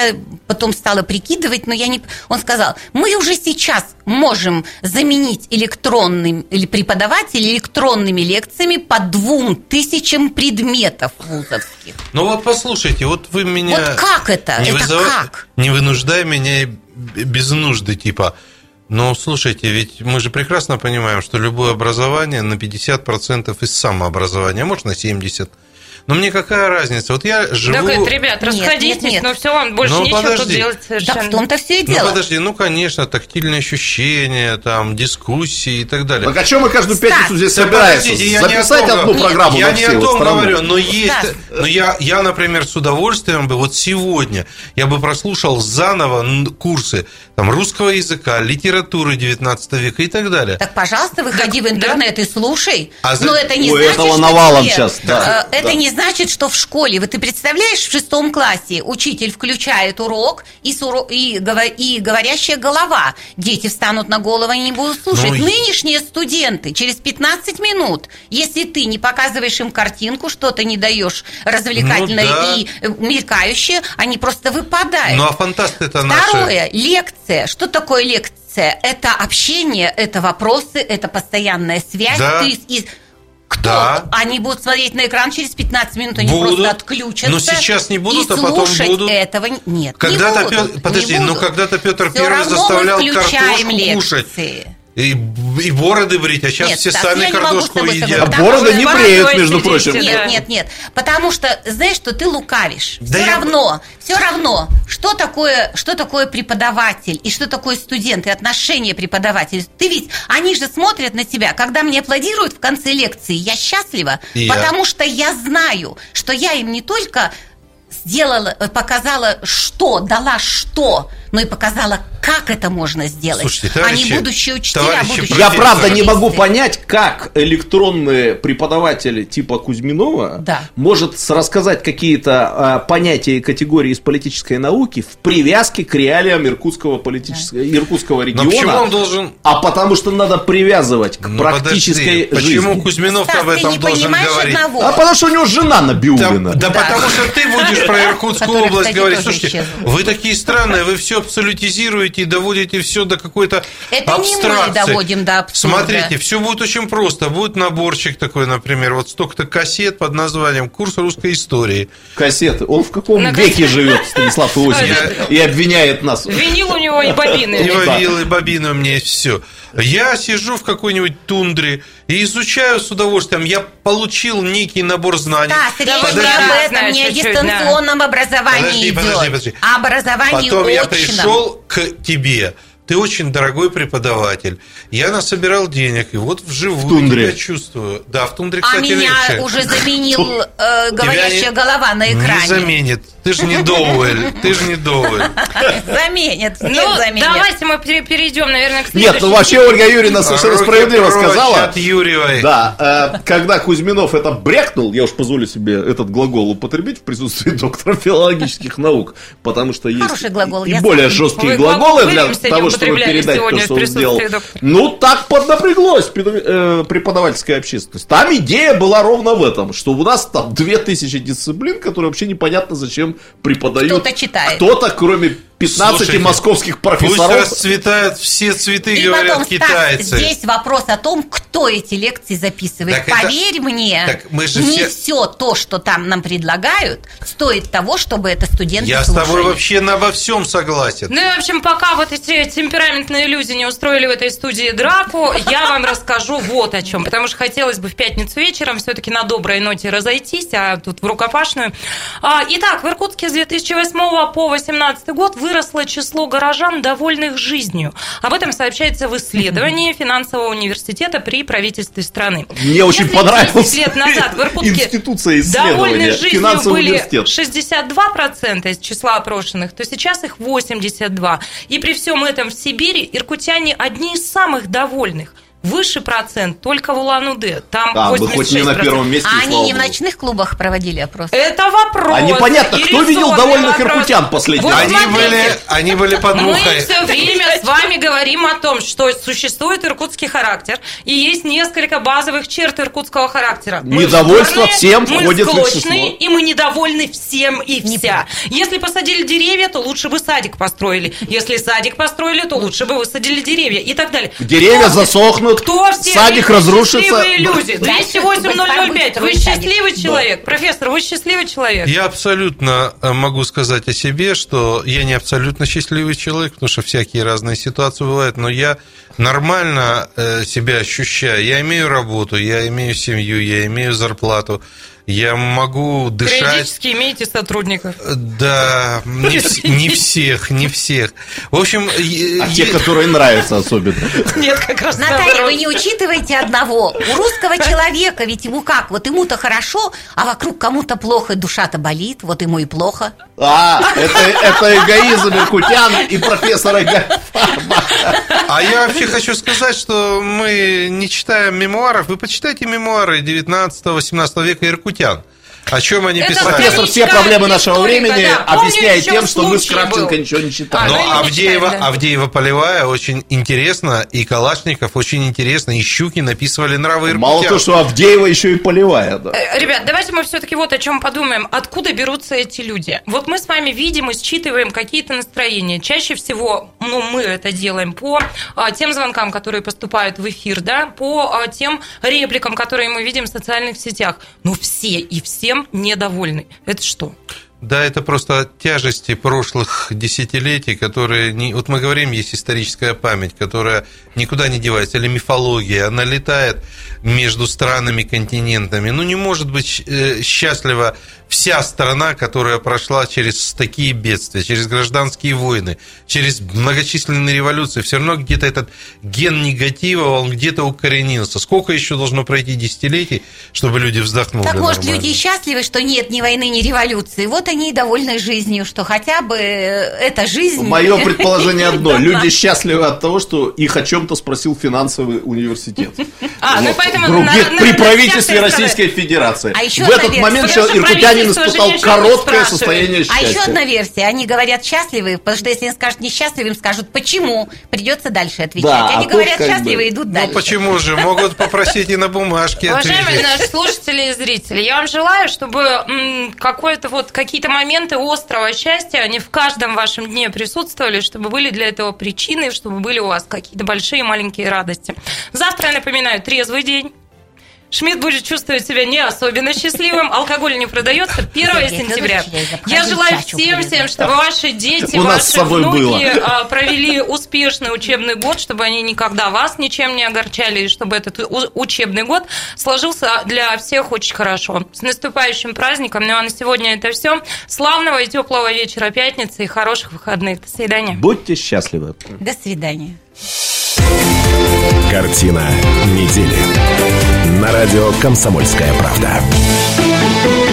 потом стала прикидывать, но я не... Он сказал, мы уже сейчас можем заменить электронным или преподавателей электронными лекциями по двум тысячам предметов вузовских. Ну вот послушайте, вот вы меня... Вот как это? Не, это вызыв... как? не вынуждай меня без нужды, типа... Но слушайте, ведь мы же прекрасно понимаем, что любое образование на пятьдесят процентов из самообразования, а может на семьдесят процентов. Но мне какая разница? Вот я живу... Так, это, ребят, расходитесь, нет, нет, нет. но все, вам больше ну, нечего подожди. тут делать совершенно. Да в том-то все и дело. Ну, подожди, ну, конечно, тактильные ощущения, там, дискуссии и так далее. Так о чем мы каждую пятницу здесь собираемся? Записать одну нет, программу я на все Я не о том говорю, но есть... Но я, я, например, с удовольствием бы вот сегодня я бы прослушал заново курсы там, русского языка, литературы девятнадцатого века и так далее. Так, пожалуйста, выходи так, в интернет да? и слушай. А но за... это не Ой, значит, этого что навалом тебе... сейчас. Да. Это да. не значит, что в школе, вот ты представляешь, в шестом классе учитель включает урок и, суро... и, говор... и говорящая голова. Дети встанут на голову и не будут слушать. Ну... Нынешние студенты через пятнадцать минут, если ты не показываешь им картинку, что-то не даешь развлекательное ну, да. и мелькающее, они просто выпадают. Ну а фантасты это наши. Второе, наши... лекция. Что такое лекция? Это общение, это вопросы, это постоянная связь. Да. Ты из... Кто? Да. Они будут смотреть на экран через пятнадцать минут, они будут, просто отключатся. Но сейчас не будут, и а потом будут. Этого нет. Когда-то не будут, Петр, подожди, не ну будут. когда-то Петр Все Первый заставлял картошку лекции. кушать. И, и бороды брить, а сейчас нет, все Стас, сами картошку едят. А бороды не бреют, между прочим. Нет, да. нет, нет. Потому что, знаешь, что ты лукавишь. Да все я... равно, все равно, что такое, что такое преподаватель и что такое студент, и отношения преподавателя. Ты ведь, они же смотрят на тебя. Когда мне аплодируют в конце лекции, я счастлива, и потому я. что я знаю, что я им не только сделала, показала что, дала что, но и показала, как это можно сделать. Слушайте, товарищи, они будущие учителя, будущие Я правда не могу понять, как электронные преподаватели типа Кузьминова да. может рассказать какие-то а, понятия и категории из политической науки в привязке к реалиям иркутского политического да. иркутского региона. Но почему он должен? А потому что надо привязывать к ну, практической подожди, жизни. Почему Кузьминов-то об этом должен говорить? Одного. А потому что у него жена набиулина. Да, да, да потому что ты будешь про Иркутскую область говорить. Слушайте, вы такие странные, вы все абсолютизируете и доводите все до какой-то это абстракции. Не мы доводим до абсурда. Смотрите, все будет очень просто. Будет наборчик такой, например, вот столько-то кассет под названием «Курс русской истории». Кассеты. Он в каком На веке кассет... живет, Станислав Иосифович, и обвиняет нас. Винил у него и бобины. И винил, и бобины у меня есть все. Я сижу в какой-нибудь тундре и изучаю с удовольствием. Я получил некий набор знаний. Да, речь не об этом, не о дистанционном образовании подожди, подожди, подожди. идет, а образовании Потом очном. Я пришел к тебе. Ты очень дорогой преподаватель. Я насобирал денег, и вот вживую тебя чувствую. Да, в тундре, кстати, легче. А меня уже заменил э, говорящая голова на экране. Не заменит. Ты же не Доуэль. Ты же не Доуэль. Заменит. Ну, давайте мы перейдем, наверное, к Нет, следующему. ну вообще Ольга Юрьевна совершенно справедливо сказала. От Юрьевой. Да, когда Кузьминов это брякнул, я уж позволю себе этот глагол употребить в присутствии доктора филологических наук, потому что есть и более жесткие глаголы для того, чтобы передать то, что он сделал. Ну, так поднапряглась преподавательская общественность. Там идея была ровно в этом, что у нас там две тысячи дисциплин, которые вообще непонятно зачем преподают. Кто-то читает. Кто-то, кроме пятнадцати Слушайте, московских профессоров. Пусть расцветают все цветы, и говорят потом, китайцы. Стас, здесь вопрос о том, кто эти лекции записывает. Так Поверь это... мне, так мы же не все... все то, что там нам предлагают, стоит того, чтобы это студенты Я слушали. с тобой вообще на во всем согласен. Ну и, в общем, пока вот эти темпераментные люди не устроили в этой студии драку, я вам расскажу вот о чем. Потому что хотелось бы в пятницу вечером все-таки на доброй ноте разойтись, а тут в рукопашную. Итак, в Иркутске с две тысячи восьмого по две тысячи восемнадцатый год выросло число горожан, довольных жизнью. Об этом сообщается в исследовании финансового университета при правительстве страны. Мне очень понравилось. десять лет назад в Иркутске институция исследования. Довольны жизнью были шестьдесят два процента из числа опрошенных, то сейчас их восемьдесят два процента. И при всем этом в Сибири иркутяне одни из самых довольных. Выше процент только в Улан-Удэ. Там да, вы хоть не на первом месте. А они не в ночных клубах проводили опрос? Это вопрос. А непонятно, кто видел довольных иркутян последний вот раз? Они были, они были под мухой. Мы все время с вами говорим о том, что существует иркутский характер, и есть несколько базовых черт иркутского характера. Мы Недовольство вторые, всем мы входит в их склочные, число. и мы недовольны всем и Не вся. Если посадили деревья, то лучше бы садик построили. Если садик построили, то лучше бы высадили деревья и так далее. Деревья кто, засохнут, кто все садик разрушится. Счастливые люди. двести восемь ноль ноль пять. Вы счастливый человек. Профессор, вы счастливый человек. Я абсолютно могу сказать о себе, что я не абсолютно счастливый человек, потому что всякие разные ситуации бывают, но я нормально себя ощущаю. Я имею работу, я имею семью, я имею зарплату. Я могу дышать... Периодически имеете сотрудников. Да, не, не всех, не всех. В общем... А е- те, которые нравятся особенно. Нет, как раз Наталья, наоборот. вы не учитываете одного. У русского человека, ведь ему как? Вот ему-то хорошо, а вокруг кому-то плохо, душа-то болит, вот ему и плохо. А, это, это эгоизм иркутян и профессора Гайфарба. А я вообще хочу сказать, что мы не читаем мемуаров. Вы почитайте мемуары девятнадцатого-восемнадцатого века иркутян. О чем они Это писали? Профессор все проблемы нашего историка, времени да. объясняет Помню, тем, что мы с случай Кравченко был. ничего не читаем. А, Но ну, или не Авдеева, читали, да. Авдеева-Полевая очень интересно, и Калашников очень интересно, и Щуки написывали нравы иркутян. Мало того, что Авдеева еще и полевая. Да. Э, Ребят, давайте мы все-таки вот о чем подумаем. Откуда берутся эти люди? Вот мы с вами видим и считываем какие-то настроения. Чаще всего, ну, мы это делаем по а, тем звонкам, которые поступают в эфир, да, по а, тем репликам, которые мы видим в социальных сетях. Ну, все и всем недовольны. Это что? Да, это просто тяжести прошлых десятилетий, которые... Не... Вот мы говорим, есть историческая память, которая никуда не девается, или мифология, она летает между странами, континентами. Ну, не может быть счастлива вся страна, которая прошла через такие бедствия, через гражданские войны, через многочисленные революции. Все равно где-то этот ген негатива, он где-то укоренился. Сколько еще должно пройти десятилетий, чтобы люди вздохнули Так, может, нормально? люди счастливы, что нет ни войны, ни революции. Вот они и довольны жизнью, что хотя бы эта жизнь... Мое предположение одно. Люди счастливы от того, что их о чем-то спросил финансовый университет. А, ну, поэтому Других- на- на- при на- правительстве на- Российской Федерации. А еще В этот одна момент версия. иркутянин Правительство же испытал ничего не короткое спрашивает. состояние А еще счастья. одна версия. Они говорят счастливы, потому что если им скажут несчастливы, им скажут почему. Придется дальше отвечать. Да, Они а говорят тут как счастливы, бы- идут Ну, дальше. почему же? Могут попросить и на бумажке Уважаемые ответить. наши слушатели и зрители, я вам желаю, чтобы м, какое-то вот какие-то моменты острого счастья, они в каждом вашем дне присутствовали, чтобы были для этого причины, чтобы были у вас какие-то большие и маленькие радости. Завтра, я напоминаю, трезвый день. Шмидт будет чувствовать себя не особенно счастливым. Алкоголь не продается первого сентября. Я желаю всем, всем, чтобы ваши дети, У нас с ваши собой внуки было. а, провели успешный учебный год, чтобы они никогда вас ничем не огорчали, и чтобы этот у- учебный год сложился для всех очень хорошо. С наступающим праздником. Ну а на сегодня это все. Славного и теплого вечера пятницы и хороших выходных. До свидания. Будьте счастливы. До свидания. Картина недели. На радио «Комсомольская правда».